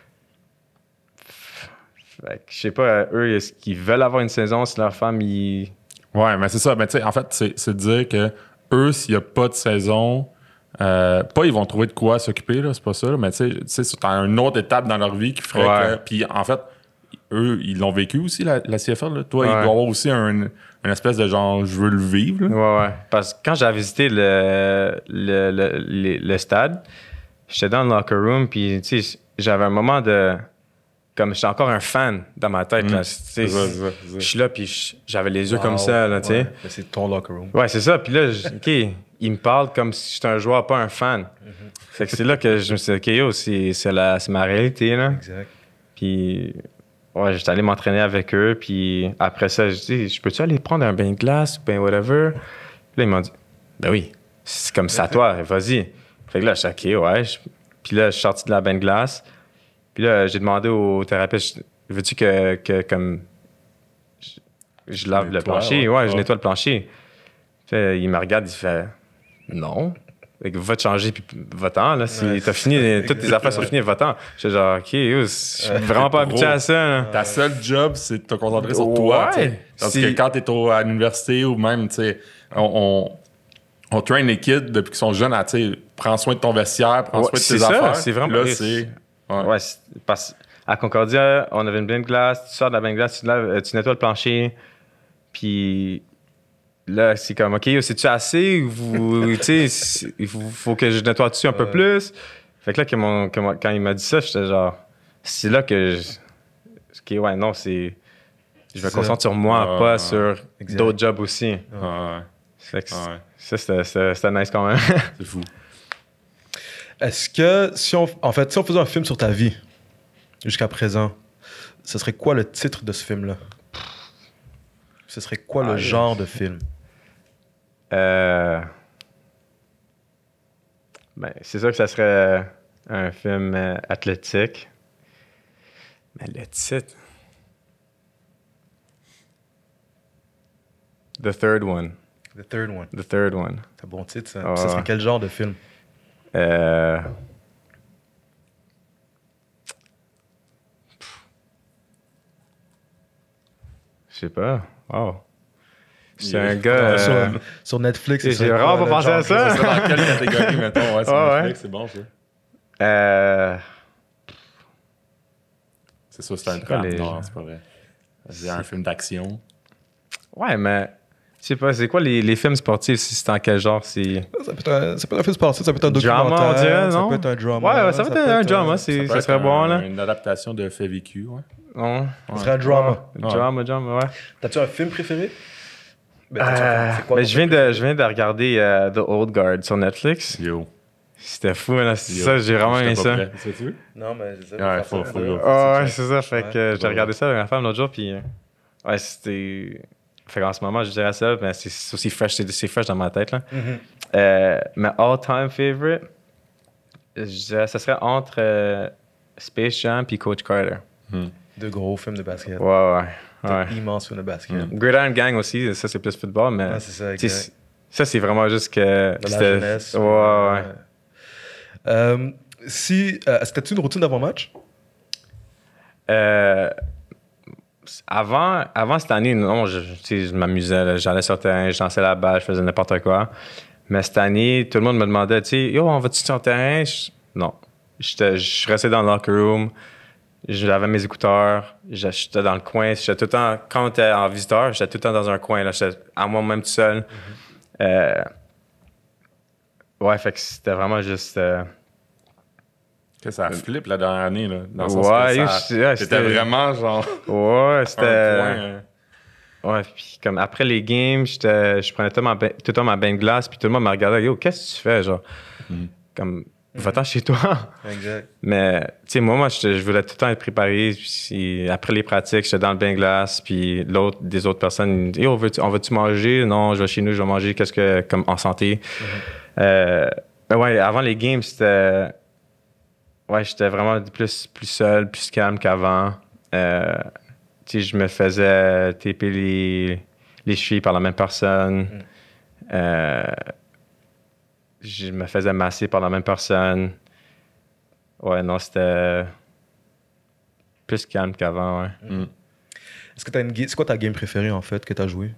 Fait que je sais pas, eux, est-ce qu'ils veulent avoir une saison si leur femme, ils... Ouais, mais c'est ça. Mais tu sais, en fait, c'est, c'est de dire que eux, s'il n'y a pas de saison, euh, pas ils vont trouver de quoi s'occuper, là, c'est pas ça, là, mais tu sais, c'est une autre étape dans leur vie qui ferait ouais. que... Puis en fait, eux, ils l'ont vécu aussi, la, la C F L, là. Toi, ouais. il doit y avoir aussi un... Une espèce de genre, je veux le vivre. Là. Ouais, ouais. Parce que quand j'ai visité le, le, le, le, le stade, j'étais dans le locker room, puis tu sais, j'avais un moment de. Comme j'étais encore un fan dans ma tête. Mmh. Là, je suis là, puis j'avais les yeux wow. comme ça. Là, ouais. C'est ton locker room. Ouais, c'est ça. Puis là, OK, il me parle comme si j'étais un joueur, pas un fan. Mm-hmm. Fait que c'est là que je me suis dit, OK, yo, c'est, c'est, la, c'est ma réalité. Là. Exact. Puis. Ouais, j'étais allé m'entraîner avec eux, puis après ça, je dis, je peux-tu aller prendre un bain de glace ou ben whatever? Puis là, ils m'ont dit, ben oui, c'est comme ça, toi, vas-y. Fait que là, je suis OK, ouais. Je... Puis là, je suis sorti de la bain de glace, Puis là, j'ai demandé au thérapeute, veux-tu que, que comme, je, je lave le Nettoie, plancher? ouais. Ouais, je Ouais. nettoie le plancher. Fait, il me regarde, il fait, non. Fait que va te changer, puis va-t'en, là. Si Ouais, t'as fini, c'est- toutes tes affaires sont finies, va-t'en. Je suis genre, OK, yo, je suis vraiment pas habitué à ça, là. Ta seule job, c'est de te concentrer sur toi. Ouais. tu sais. Tandis Si- que quand t'es au, à l'université ou même, tu sais, on, on, on train les kids depuis qu'ils sont jeunes à, tu sais, prends soin de ton vestiaire, prends Ouais, soin de c'est tes ça, affaires. c'est vraiment- Là, oui, c'est... Ouais. Ouais, c'est- parce à Concordia, on avait une bain de glace, tu sors de la bain de glace, tu, laves- euh, tu nettoies le plancher, puis là, c'est comme, OK, c'est-tu assez? Ou, tu sais, c'est- il faut, faut que je nettoie dessus un peu Ouais. plus. Fait que là, que mon- que mon- quand il m'a dit ça, j'étais genre, c'est là que je. OK, ouais, non, c'est. Je me C'est concentre sur moi, Ah, pas ah, sur exact. d'autres jobs aussi. Ouais, Fait que ouais. ça, c'était- c'était c'était nice quand même. C'est fou. Est-ce que, si on, en fait, si on faisait un film sur ta vie, jusqu'à présent, ce serait quoi le titre de ce film-là? Ce serait quoi le Ah, genre de film? Euh, Ben, c'est sûr que ça serait un film euh, athlétique. Mais le titre. The Third One. The Third One. The Third One. C'est un bon titre, ça. Ah. Ce serait quel genre de film? Euh... Je sais pas. Wow. C'est un gars. Euh, euh, sur, sur Netflix, j'ai ce serait vraiment quoi, pas le pensé à genre? ça. C'est dans quelle catégorie, mettons? Ouais, c'est Ah, Netflix, ouais. c'est bon, ça. euh, C'est ça, c'est un C'est quoi drame. les- Non, c'est pas vrai. C'est un film d'action. Ouais, mais. Je sais pas, c'est quoi les, les films sportifs? Si c'est en quel genre? C'est. Ça peut être un, ça peut être un film sportif, ça peut être un Drama, documentaire, on dirait, ça non? peut être un drama. Ouais, ouais, ça peut être un drama, Ça c'est- peut ça être serait un- bon, là. Une adaptation de faits vécus, ouais. Non. Ça serait un drama. Drama, drama, ouais. T'as-tu un film préféré? Ben, Euh, t'as-tu un film? C'est quoi ben, ton je, viens film de, préféré? je viens de regarder euh, The Old Guard sur Netflix. Yo. C'était fou, là. C'est Yo. ça, j'ai vraiment J'étais aimé pas ça. prêt. C'est-tu? Non, mais c'est ça. Ouais, faire faut- ça, faut là. go. Ah ouais, c'est ça. Fait Ouais, que c'est j'ai pas regardé ça avec ma femme l'autre jour, puis. euh, Ouais, c'était. Fait qu'en ce moment, je dirais ça, mais c'est c'est aussi fresh, c'est c'est fresh dans ma tête, là. Mhm. Euh, mais all-time favorite, je dirais, ça serait entre euh, Space Jam puis Coach Carter. De gros films de basket. Ouais, ouais. De ouais. immenses films de basket. Mm. Gridiron Gang aussi, ça c'est plus football, mais Ouais, c'est ça, tu sais, exact. ça c'est vraiment juste que De la c'était- jeunesse. Ouais, ouais. Euh, si, euh, c'était-tu une routine d'avant-match? Euh, avant, avant cette année, non, je, tu sais, je m'amusais, là. J'allais sur le terrain, je lançais la balle, je faisais n'importe quoi. Mais cette année, tout le monde me demandait, tu sais, yo, on va-tu sur le terrain? Je- non. J'étais- Je restais dans le locker room, j'avais mes écouteurs, j'étais dans le coin. J'étais tout le temps, quand on était en visiteur, j'étais tout le temps dans un coin, là. J'étais à moi-même tout seul. Euh, ouais, fait que c'était vraiment juste. euh, Que ça flippe la dernière année, là. Dans le sens Ouais, que yo, ça- je- ouais, C'était c'était- vraiment genre. Ouais, un c'était. point, euh, Ouais, puis comme après les games, j'étais, je prenais tout, ma, ba- tout le temps ma bain de glace, puis tout le monde me regardait, yo, qu'est-ce que tu fais, genre? Mhm. Comme, va-t'en chez toi. Exact. Mais, tu sais, moi, moi j'étais- je voulais tout le temps être préparé. Puis après les pratiques, j'étais dans le bain de glace, puis l'autre, des autres personnes, yo, on va-tu, on va-tu manger? Non, je vais chez nous, je vais manger, qu'est-ce que, comme en santé. Euh, mais ouais, avant les games, c'était. Ouais, j'étais vraiment plus, plus seul, plus calme qu'avant. Euh, tu sais, je me faisais taper les, les chevilles par la même personne. Mm. Euh, je me faisais masser par la même personne. Ouais, non, c'était plus calme qu'avant, ouais. mm. Est-ce que t'as une ga- c'est quoi ta game préférée, en fait, que t'as joué?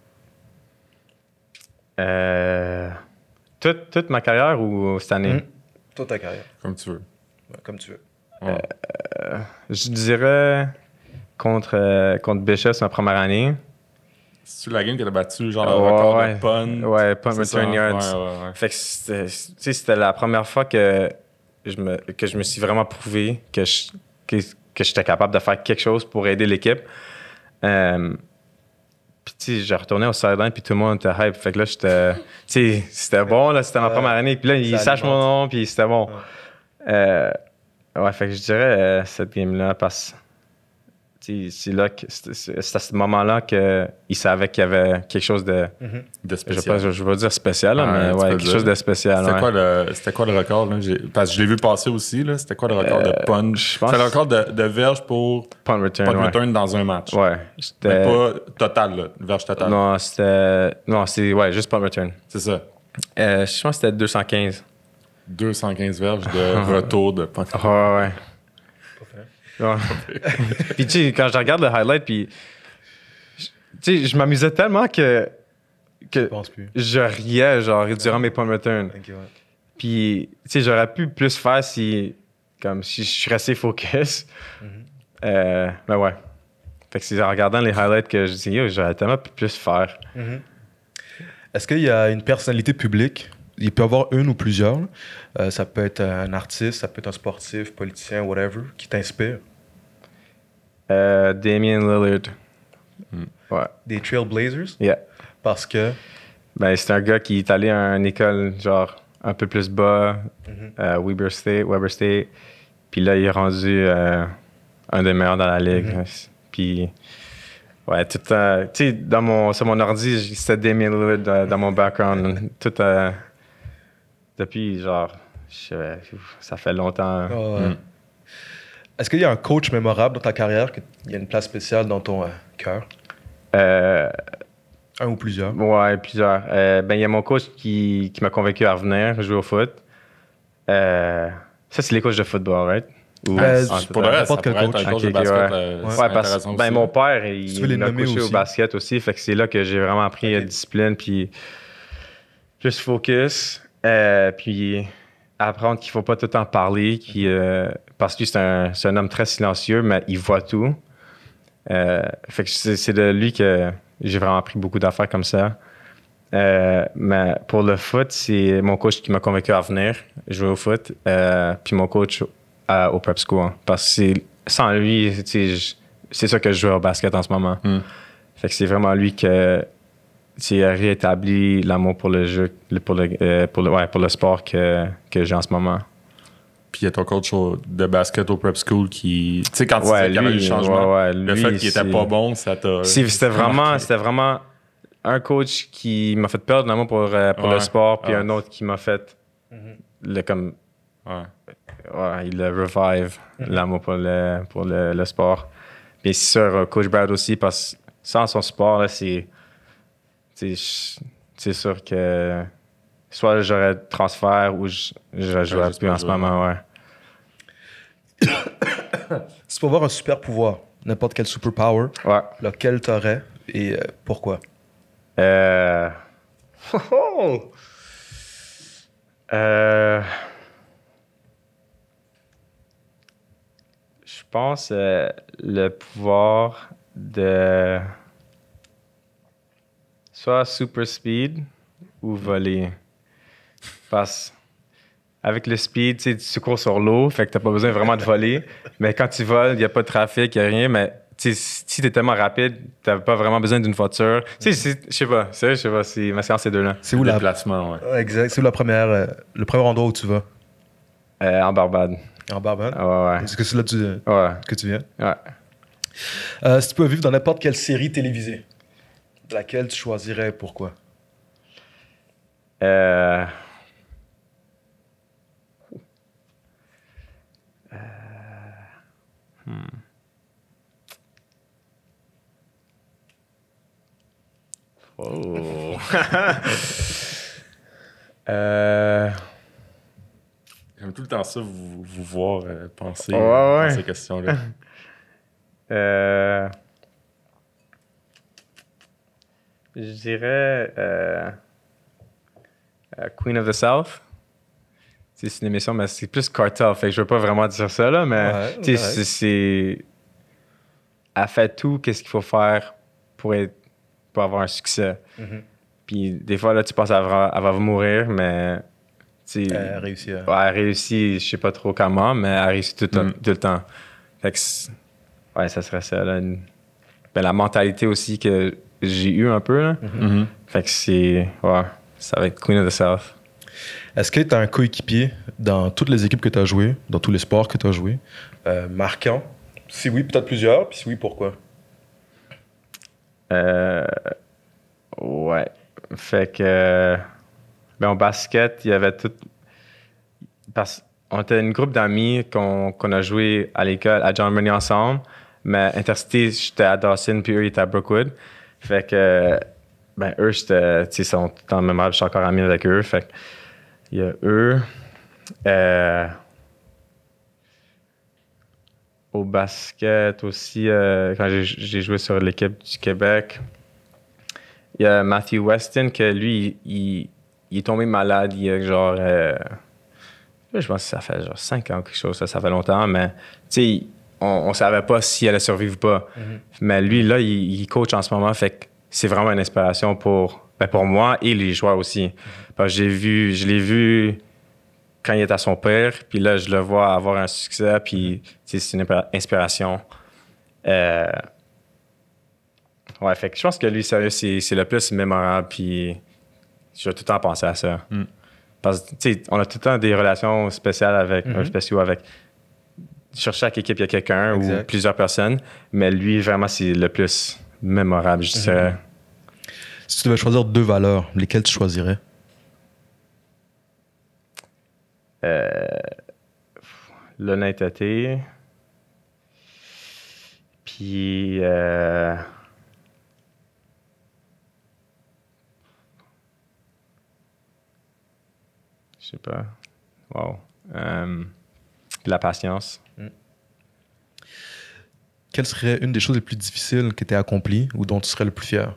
Euh, toute, toute ma carrière ou cette année? Mm. Toute ta carrière. Comme tu veux. Ouais, comme tu veux. Ouais. Je dirais contre, euh, contre Bishop, c'est ma première année. C'est-tu la game que t'as battu, genre le Ouais, record ouais. de punt? Ouais, punt C'est return ça, yards. Ouais, ouais, ouais. Fait que c'était, tu sais, c'était la première fois que je me, que je me suis vraiment prouvé que, je, que, que j'étais capable de faire quelque chose pour aider l'équipe. Euh, puis, tu sais, j'ai retourné au sideline, puis tout le monde était hype. Fait que là, j'étais. Tu sais, c'était bon, là, c'était ma Ouais. première année. Puis là, ils Ça sachent mon alimente. nom, puis c'était bon. Ouais. Euh, ouais, fait que je dirais euh, cette game-là, parce que, tu c'est, c'est, là que, c'est, c'est à ce moment-là qu'il savait qu'il y avait quelque chose de, Mm-hmm. De je spécial. ne veux pas dire spécial, là, Ouais, mais tu ouais, peux quelque dire. chose de spécial. C'était, ouais. quoi le, c'était quoi le record? Là? J'ai, parce que je l'ai vu passer aussi. Là. C'était quoi le record Euh, de punch? je pense- C'est le record de, de verge pour Punt return. punt ouais. return dans un match. Ouais. Mais C'était, pas total, là. Verge total. non, c'était. Non, c'est ouais, juste punt return. C'est ça. Euh, je pense que c'était deux cent quinze. deux cent quinze verges de retour de punt. Ouais, ouais. Ouais. Puis tu sais, quand je regarde le highlight, puis tu sais, je m'amusais tellement que que Je pense plus. je riais genre durant mes punt returns. Ok, ouais. Puis tu sais, j'aurais pu plus faire si comme si je suis resté focus. Mm-hmm. Euh, mais ouais. Fait que c'est en regardant les highlights que je dis yo, j'aurais tellement pu plus faire. Mm-hmm. Est-ce qu'il y a une personnalité publique? Il peut y avoir une ou plusieurs. Euh, ça peut être un artiste, ça peut être un sportif, politicien, whatever, qui t'inspire. Euh, Damian Lillard. Mm. Ouais. Des Trailblazers. Yeah. Parce que. Ben, c'est un gars qui est allé à une école, genre, un peu plus bas, Mhm. euh, Weber State, Weber State. Puis là, il est rendu euh, un des meilleurs dans la ligue. Mhm. Puis, ouais, tout. Euh, tu sais, dans mon, sur mon ordi, j- c'était Damian Lillard dans, dans mon background. Tout. Euh, depuis, genre, je sais, ça fait longtemps. Ah ouais. Mm. Est-ce qu'il y a un coach mémorable dans ta carrière, qu'il y a une place spéciale dans ton euh, cœur? Euh, Un ou plusieurs? Ouais, plusieurs. Euh, ben, il y a mon coach qui, qui m'a convaincu à revenir jouer au foot. Euh, ça, c'est les coachs de football, right? Ou, Euh, en c'est tout Pour cas. le reste, ça n'importe quel pourrait être coach. un coach Ok, de ok, basket. ouais. euh, Ouais, c'est Ouais, parce intéressant que ben, aussi. mon père, Tu veux il les m'a nommer coaché au aussi? basket aussi. Fait que c'est là que j'ai vraiment appris Ok. la discipline, puis plus focus. Euh, puis apprendre qu'il faut pas tout le temps parler, qui, euh, parce que lui, c'est un, c'est un homme très silencieux, mais il voit tout. Euh, fait que c'est, c'est de lui que j'ai vraiment appris beaucoup d'affaires comme ça. Euh, mais pour le foot, c'est mon coach qui m'a convaincu à venir jouer au foot, euh, puis mon coach à- au prep school. Hein, parce que c'est, sans lui, tu sais, je- c'est ça que je joue au basket en ce moment. Mm. Fait que c'est vraiment lui que tu sais, a rétabli l'amour pour le jeu, le- pour le, euh, pour le, ouais, pour le sport que, que j'ai en ce moment. Puis il y a ton coach au- de basket au prep school qui. Tu sais, quand Ouais, il y avait eu le lui, changement, ouais, ouais, le lui, fait qu'il était c'est- pas bon, ça t'a. C'est- C'était vraiment, marqué. c'était vraiment un coach qui m'a fait perdre l'amour pour, euh, pour Ouais. le sport, puis Ah. un autre qui m'a fait Mhm. le comme Ouais. ouais, il le revive l'amour pour le pour le, le sport. Bien sûr, euh, coach Brad aussi parce que sans son sport là, c'est c'est c'est sûr que soit j'aurais transfert ou je je jouerais juste plus pas en ce jouer. moment, ouais. Si tu peux avoir un super pouvoir, n'importe quel superpower, Ouais. lequel t'aurais et euh, pourquoi? Euh... euh... Je pense euh, le pouvoir de soit super speed ou voler. Parce avec le speed, tu sais, tu cours sur l'eau, fait que t'as pas besoin vraiment de voler. Mais quand tu voles, il n'y a pas de trafic, il n'y a rien. Mais tu sais, si t'es tellement rapide, t'as pas vraiment besoin d'une voiture. Tu sais, c'est- je sais pas, c'est je sais pas, c'est ma séance ces deux-là. C'est où, la... déplacement, ouais. Ouais, exact. C'est où la première, euh, le premier endroit où tu vas? Euh, en Barbade. En Barbade? Ah ouais, ouais. Est-ce que c'est là tu- Ouais, que tu viens? ouais. Euh, si tu peux vivre dans n'importe quelle série télévisée, laquelle tu choisirais et pourquoi? Euh... Euh... Hmm. Oh. euh... J'aime tout le temps ça, vous, vous voir euh, penser Ouais, euh, ouais. à ces questions-là. Euh... Je dirais euh... euh, Queen of the South. C'est c'est une émission, mais c'est plus cartel, fait que je veux pas vraiment dire ça, là, mais Ouais, tu sais, ouais. c'est- c'est... Elle fait tout, qu'est-ce qu'il faut faire pour, être... pour avoir un succès. Mhm. Puis des fois, là, tu penses qu'elle va, elle va mourir, mais... tu sais, Euh, réussir. ouais, elle réussit, je sais pas trop comment, mais elle réussit tout, le temps- Mm. tout le temps. Fait que, c'est- ouais, ça serait ça, là. Une- Ben, la mentalité aussi que j'ai eu un peu, là. Mhm. Fait que c'est... Ouais, ça va être Queen of the South. Est-ce que tu as un coéquipier dans toutes les équipes que tu as jouées, dans tous les sports que tu as joués, euh, marquant, Si oui, peut-être plusieurs. Puis si oui, pourquoi? Euh, ouais. Fait que. Ben, au basket, il y avait tout. Parce on était une groupe d'amis qu'on qu'on a joué à l'école, à John Mooney ensemble. Mais Intercité, j'étais à Dawson, puis eux, ils étaient à Brookwood. Fait que. Ben, eux, j'étais. Tu sais, ils sont tout le temps mémorables, je suis encore ami avec eux. Fait que. Il y a eux. Euh, au basket aussi, euh, quand j'ai, j'ai joué sur l'équipe du Québec, il y a Matthew Weston, que lui, il, il, il est tombé malade il y a genre. Euh, je pense que ça fait genre cinq ans ou quelque chose, ça, ça fait longtemps, mais tu sais, on ne savait pas s'il allait survivre ou pas. Mm-hmm. Mais lui, là, il, il coach en ce moment, fait que c'est vraiment une inspiration pour, ben pour moi et les joueurs aussi. Mm-hmm. Parce que j'ai vu, je l'ai vu quand il est à son père, puis là, je le vois avoir un succès, puis c'est une inspiration. Euh... Ouais, fait que je pense que lui, sérieux, c'est, c'est le plus mémorable, puis je vais tout le temps penser à ça. Mm. Parce que, tu sais, on a tout le temps des relations spéciales avec, mm-hmm. spéciaux avec... Sur chaque équipe, il y a quelqu'un exact. Ou plusieurs personnes, mais lui, vraiment, c'est le plus mémorable, je dirais. Mm-hmm. Si tu devais choisir deux valeurs, lesquelles tu choisirais? Euh, l'honnêteté, puis euh, je sais pas, wow, euh, la patience. Mm. Quelle serait une des choses les plus difficiles que tu as accomplies ou dont tu serais le plus fier?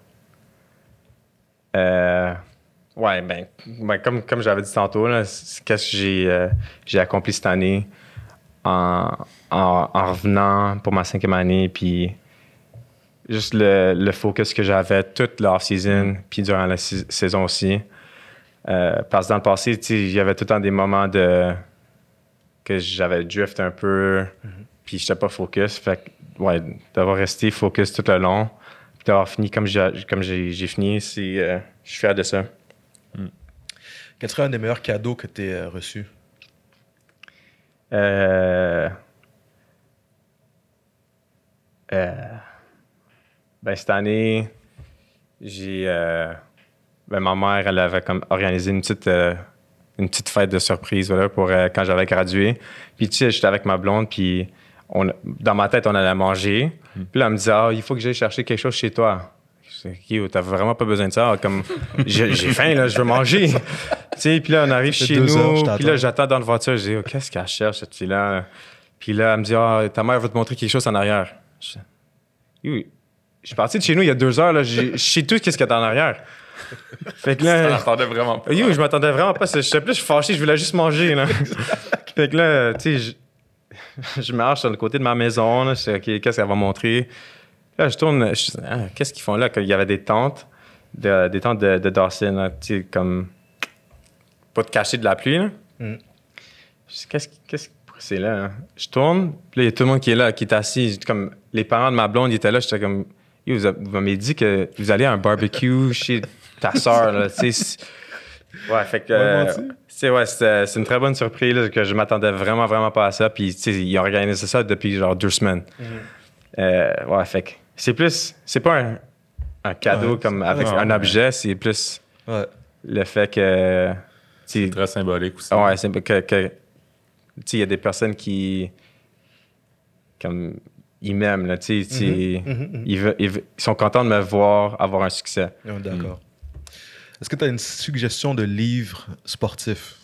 Euh, ouais, ben, ben comme, comme j'avais dit tantôt, là, qu'est-ce que j'ai, euh, j'ai accompli cette année en, en, en revenant pour ma cinquième année, puis juste le, le focus que j'avais toute l'off-season, mm. puis durant la si- saison aussi. Euh, parce que dans le passé, il y avait tout le temps des moments de que j'avais drift un peu, mm-hmm. puis j'étais pas focus. Fait que, ouais, d'avoir resté focus tout le long, puis d'avoir fini comme j'ai, comme j'ai, j'ai fini, c'est, euh, je suis fier de ça. Mm. Quel serait un des meilleurs cadeaux que tu aies reçus? Euh... Euh... Ben, cette année, j'ai... Euh... Ben, ma mère, elle avait comme organisé une petite, euh, une petite fête de surprise voilà, pour euh, quand j'avais gradué. Puis, tu sais, j'étais avec ma blonde, puis on, dans ma tête, on allait manger. Mm. Puis là, elle me disait, ah, il faut que j'aille chercher quelque chose chez toi. Je dis, OK, t'as vraiment pas besoin de ça. Comme, j'ai, j'ai faim, là, je veux manger. Tu sais, puis là, on arrive chez nous. Heures, puis là, j'attends dans la voiture. Je dis, oh, qu'est-ce qu'elle cherche, cette fille-là? Puis là, elle me dit, ah, ta mère va te montrer quelque chose en arrière. Je dis, oui. Je suis parti de chez nous il y a deux heures, là. J'ai, je sais tout ce qu'il y a en arrière. Fait que là. Je m'attendais vraiment pas. Oui, je m'attendais vraiment pas. Je sais plus, je suis fâché, je voulais juste manger, là. Fait que là, tu sais, je, je marche sur le côté de ma maison, là. Je sais, OK, qu'est-ce qu'elle va montrer? Là, je tourne, je dis, ah, qu'est-ce qu'ils font là? Il y avait des tentes, de, des tentes de, de Dawson, là, tu sais, comme. Pas de cacher de la pluie, là. Mm. Je dis, qu'est-ce, qu'est-ce que c'est là? Hein? Je tourne, puis là, il y a tout le monde qui est là, qui est assis. Comme, les parents de ma blonde, ils étaient là, j'étais comme. Vous, vous m'avez dit que vous allez à un barbecue chez ta soeur, là, tu sais. Ouais, fait que. Euh, c'est, ouais, c'est, c'est une très bonne surprise, là, que je m'attendais vraiment, vraiment pas à ça. Puis, tu sais, ils ont organisé ça depuis genre deux semaines. Mm-hmm. Euh, ouais, fait que c'est plus. C'est pas un, un cadeau ouais, comme avec non, un objet, c'est plus ouais. le fait que. C'est très symbolique aussi. Ouais, c'est que. que tu sais, il y a des personnes qui. Comme. Ils m'aiment, là, tu sais. Mm-hmm, mm-hmm. Ils, veulent, ils, veulent, ils sont contents de me voir avoir un succès. Oh, d'accord. Mm. Est-ce que tu as une suggestion de livre sportif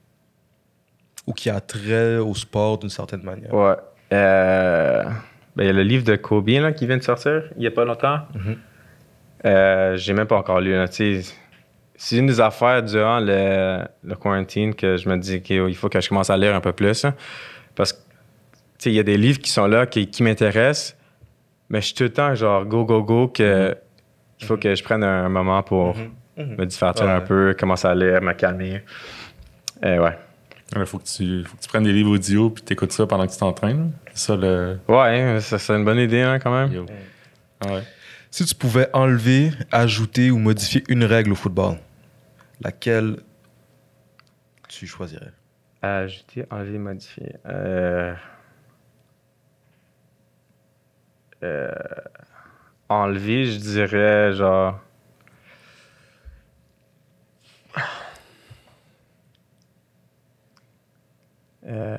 ou qui a trait au sport d'une certaine manière? Ouais. Euh, ben, il y a le livre de Kobe là, qui vient de sortir il n'y a pas longtemps. Mm-hmm. Euh, j'ai même pas encore lu. Là, c'est une des affaires durant le, le quarantine que je me dis qu'il okay, faut que je commence à lire un peu plus. Hein, parce que il y a des livres qui sont là, qui, qui m'intéressent, mais je suis tout le temps genre go, go, go, que mm-hmm. il faut que je prenne un moment pour mm-hmm. me divertir ouais. un peu, commencer à lire, me calmer. Euh, ouais. Il faut que tu, faut que tu prennes des livres audio puis tu écoutes ça pendant que tu t'entraînes. C'est ça le. Ouais, ça, c'est une bonne idée hein, quand même. Yo. Ouais. Si tu pouvais enlever, ajouter ou modifier une règle au football, laquelle tu choisirais? Ajouter, enlever, modifier. Euh... Euh, enlever, je dirais, genre... Euh...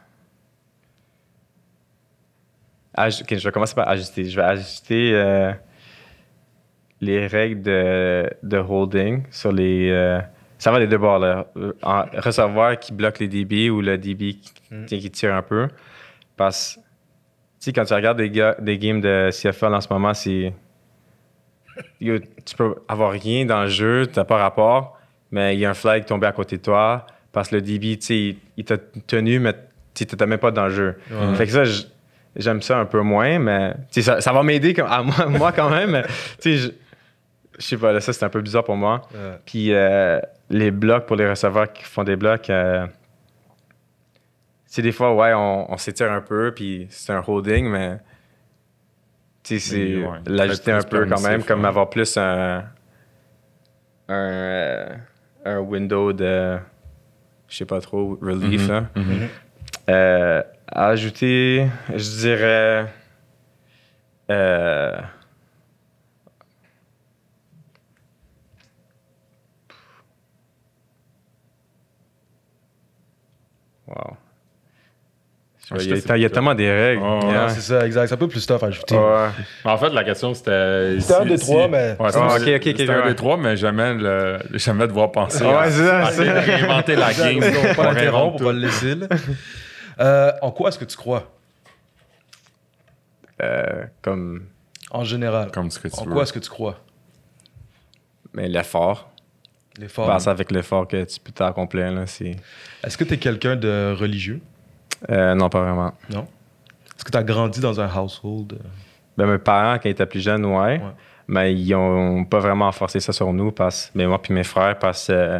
Aj- ok, je vais commencer par ajuster. Je vais ajuster euh, les règles de, de holding sur les... euh, ça va les deux bords, là. En recevoir qui bloque les D B ou le D B qui, Mm. qui tire un peu. Parce que, tu sais, quand tu regardes des, ga- des games de C F L en ce moment, c'est... Yo, tu peux avoir rien dans le jeu, t'as pas rapport, mais il y a un flag tombé à côté de toi parce que le D B, tu sais, il, il t'a tenu, mais tu t'étais même pas dans le jeu. Ouais. Fait que ça, je- j'aime ça un peu moins, mais tu sais, ça, ça va m'aider comme- à moi, moi quand même, mais tu sais, je je sais pas, là, ça c'est un peu bizarre pour moi. Ouais. Puis euh, les blocs pour les receveurs qui font des blocs, euh, c'est des fois, ouais, on, on s'étire un peu, puis c'est un holding, mais tu sais, c'est Mais, ouais, l'ajuster un peut-être plus peu quand même, permissif, comme ouais. avoir plus un, un, euh, un window de, je sais pas trop, relief, Mhm, là. mhm. Euh, ajouter, je dirais, euh, wow. Ah, Il je y, a, sais, c'est il y a tout. tellement des règles. Oh, ouais. Yeah. Non, c'est ça, exact. C'est un peu plus tough à ajouter. Ouais. Mais en fait, la question, c'était... C'était un si- des si- trois, mais- Ouais, c'est Ah, ça, ok, ok, ok, c'était ok, un ouais. des trois, mais jamais, le... jamais devoir penser Ouais, à, c'est ça, à c'est- réinventer la Exact, game. on va pas On l'interrompre, réinvente on va tout. le laisser. Là. Euh, en quoi est-ce que tu crois, Euh, comme en général? Comme ce que tu En veux. quoi est-ce que tu crois? mais l'effort. L'effort. Pense avec l'effort que tu peux t'accomplir, là, c'est... Est-ce que tu es quelqu'un de religieux? Euh, non, pas vraiment. Non. Est-ce que tu as grandi dans un household? euh, Ben, mes parents, quand ils étaient plus jeunes, ouais. Ouais. Mais ils ont pas vraiment forcé ça sur nous, parce, mais moi puis mes frères, parce que... Euh,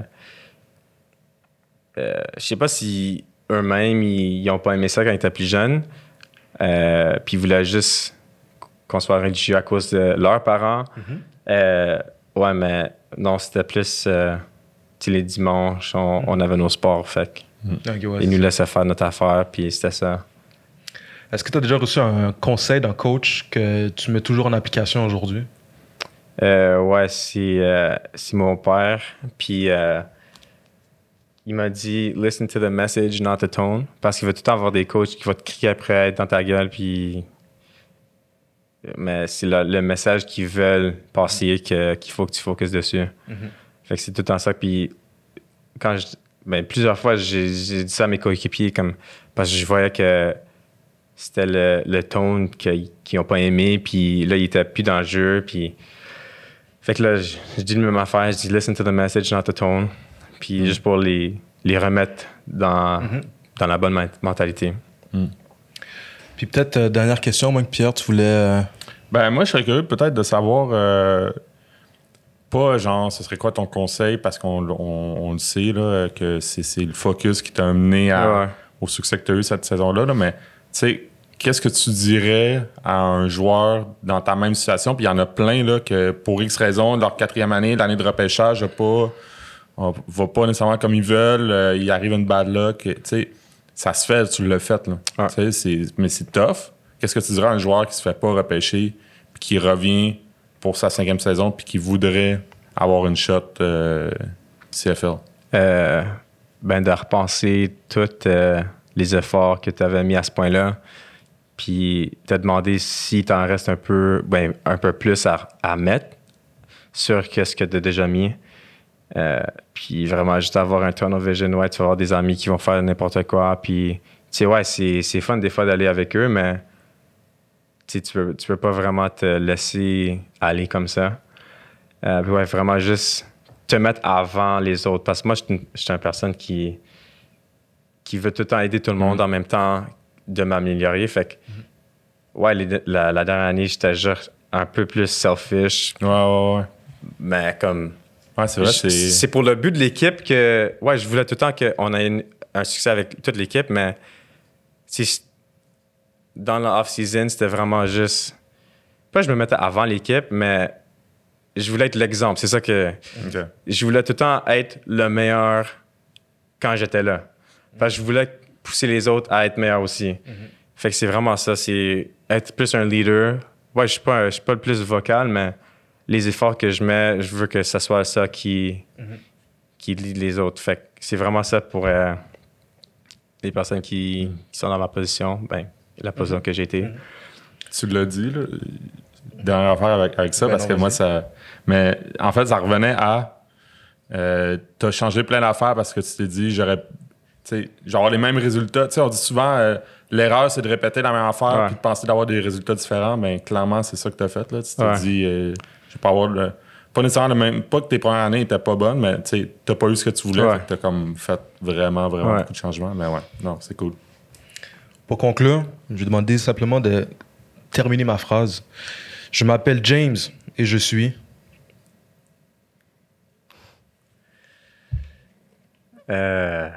euh, je sais pas si eux-mêmes, ils, ils ont pas aimé ça quand ils étaient plus jeunes. Euh, puis ils voulaient juste qu'on soit religieux à cause de leurs parents. Mhm. Euh, ouais, mais non, c'était plus... euh, tu sais, les dimanches, on, on avait nos sports, fait que Ok, ouais, ils c'est nous ça. laissaient faire notre affaire, puis c'était ça. Est-ce que tu as déjà reçu un conseil d'un coach que tu mets toujours en application aujourd'hui? Euh, ouais, c'est, euh, c'est mon père. Puis euh, il m'a dit listen to the message, not the tone. Parce qu'il va tout le temps avoir des coachs qui vont te crier après être dans ta gueule. Puis. Mais c'est le, le message qu'ils veulent passer que, qu'il faut que tu focuses dessus. Mhm. Fait que c'est tout le temps ça. Puis quand je. Ben, plusieurs fois, j'ai, j'ai dit ça à mes coéquipiers comme, parce que je voyais que c'était le, le tone qu'ils n'ont pas aimé. Puis là, ils étaient plus dans le jeu. Puis. Fait que là, je, je dis le même affaire, je dis listen to the message, not the tone. Puis juste pour les, les remettre dans, Mhm. dans la bonne men- mentalité. Puis peut-être, euh, dernière question, moi, que Pierre, tu voulais... euh, Ben, moi, je serais curieux peut-être de savoir, euh, pas genre, ce serait quoi ton conseil, parce qu'on on, on le sait, là, que c'est, c'est le focus qui t'a amené à, Ouais. au succès que tu as eu cette saison-là, là, mais tu sais, qu'est-ce que tu dirais à un joueur dans ta même situation? Puis il y en a plein là, que pour X raisons, leur quatrième année, l'année de repêchage, va pas, va pas nécessairement comme ils veulent, euh, il arrive une bad luck. Tu sais, ça se fait, tu l'as fait. Là. Ouais. Tu sais, c'est, mais c'est tough. Qu'est-ce que tu dirais à un joueur qui se fait pas repêcher, puis qui revient pour sa cinquième saison, puis qui voudrait avoir une shot euh, C F L? Euh, ben, de repenser tous euh, les efforts que tu avais mis à ce point-là. Puis te demander si t'en restes un peu, ben, un peu plus à, à mettre sur ce que tu as déjà mis. Euh, puis vraiment, juste avoir un tunnel vision, ouais, tu vas avoir des amis qui vont faire n'importe quoi. Puis, tu sais, ouais, c'est, c'est fun des fois d'aller avec eux, mais tu sais, tu peux, tu peux pas vraiment te laisser aller comme ça. Euh, puis ouais, vraiment juste te mettre avant les autres. Parce que moi, je suis une, je suis une personne qui, qui veut tout le temps aider tout le monde Mm. en même temps de m'améliorer. Fait que, ouais, les- la, la dernière année, j'étais juste un peu plus selfish, Ouais, ouais, ouais. mais comme... Ouais, c'est vrai, Je- c'est. C'est pour le but de l'équipe que. Ouais, je voulais tout le temps qu'on ait une- un succès avec toute l'équipe, mais si dans la off-season, c'était vraiment juste. Pas que je me mettais avant l'équipe, mais je voulais être l'exemple. C'est ça que. Ok. Je voulais tout le temps être le meilleur quand j'étais là. Parce que je voulais pousser les autres à être meilleurs aussi. Fait que c'est vraiment ça, c'est être plus un leader. Ouais, je suis pas, je suis pas le plus vocal, mais les efforts que je mets, je veux que ce soit ça qui, mm-hmm. qui lead les autres. Fait que c'est vraiment ça pour euh, les personnes qui, qui sont dans ma position, ben, la position mm-hmm. que j'ai été. Mm-hmm. Tu l'as dit, là, dernière affaire avec, avec ça, ben parce non, que moi, ça... Mais en fait, ça revenait à... Euh, t'as changé plein d'affaires parce que tu t'es dit, j'aurais... Tu sais, genre les mêmes résultats. Tu sais, on dit souvent, euh, l'erreur, c'est de répéter la même affaire ouais. puis de penser d'avoir des résultats différents. Ben clairement, c'est ça que t'as fait, là. Tu t'es ouais. dit, euh, je vais pas avoir le... Pas nécessairement le même... Pas que tes premières années étaient pas bonnes, mais tu sais, t'as pas eu ce que tu voulais. Ouais. Fait que t'as comme fait vraiment, vraiment ouais. beaucoup de changements. Mais ouais, non, c'est cool. Pour conclure, je vais demander simplement de terminer ma phrase. Je m'appelle James et je suis... Euh...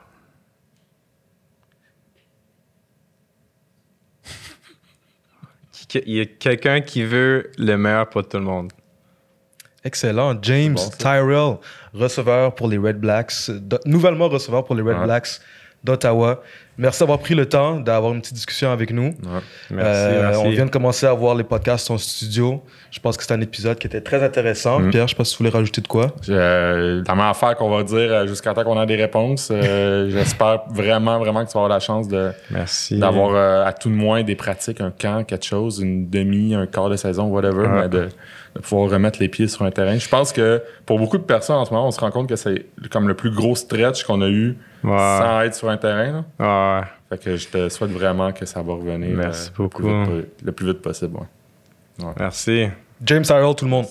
Il y a quelqu'un qui veut le meilleur pour tout le monde. Excellent. James bon, Tyrell, receveur pour les Red Blacks, nouvellement receveur pour les Red ouais. Blacks d'Ottawa. Merci d'avoir pris le temps d'avoir une petite discussion avec nous. Ouais. Merci, euh, merci. On vient de commencer à voir les podcasts en studio. Je pense que c'est un épisode qui était très intéressant. Mm. Pierre, je ne sais pas si tu voulais rajouter de quoi. Euh, la même affaire qu'on va dire jusqu'à temps qu'on a des réponses. Euh, j'espère vraiment, vraiment que tu vas avoir la chance de, merci. d'avoir euh, à tout de moins des pratiques, un camp, quelque chose, une demi, un quart de saison, whatever, ouais. mais de, de pouvoir remettre les pieds sur un terrain. Je pense que pour beaucoup de personnes en ce moment, on se rend compte que c'est comme le plus gros stretch qu'on a eu ouais. sans être sur un terrain. Là. Ouais. Fait que je te souhaite vraiment que ça va revenir Merci euh, beaucoup. Le, plus vite, le plus vite possible. Ouais. Ouais. Merci. James Tyrell, tout le monde.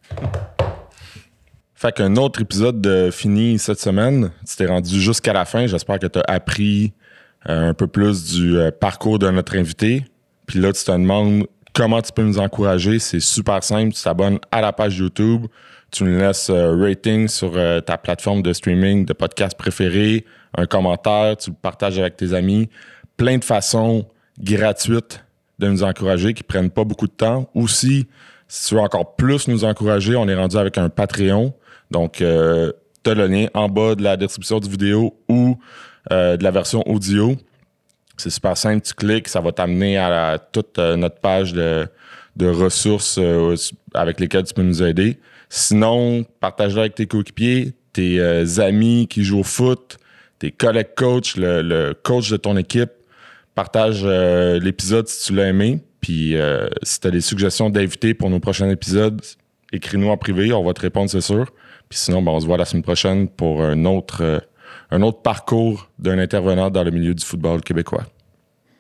Fait qu'un autre épisode de fini cette semaine. Tu t'es rendu jusqu'à la fin. J'espère que tu as appris euh, un peu plus du euh, parcours de notre invité. Puis là, tu te demandes comment tu peux nous encourager. C'est super simple. Tu t'abonnes à la page YouTube. Tu nous laisses euh, rating sur euh, ta plateforme de streaming de podcast préférée, un commentaire, tu le partages avec tes amis. Plein de façons gratuites de nous encourager qui prennent pas beaucoup de temps. Aussi, si tu veux encore plus nous encourager, on est rendu avec un Patreon. Donc, euh, tu as le lien en bas de la description du vidéo ou euh, de la version audio. C'est super simple, tu cliques, ça va t'amener à la, toute euh, notre page de, de ressources euh, avec lesquelles tu peux nous aider. Sinon, partage-le avec tes coéquipiers, tes euh, amis qui jouent au foot, tes collègues coachs, le, le coach de ton équipe. Partage euh, l'épisode si tu l'as aimé. Puis euh, si tu as des suggestions d'invités pour nos prochains épisodes, écris-nous en privé, on va te répondre, c'est sûr. Puis sinon, ben, on se voit la semaine prochaine pour un autre, euh, un autre parcours d'un intervenant dans le milieu du football québécois.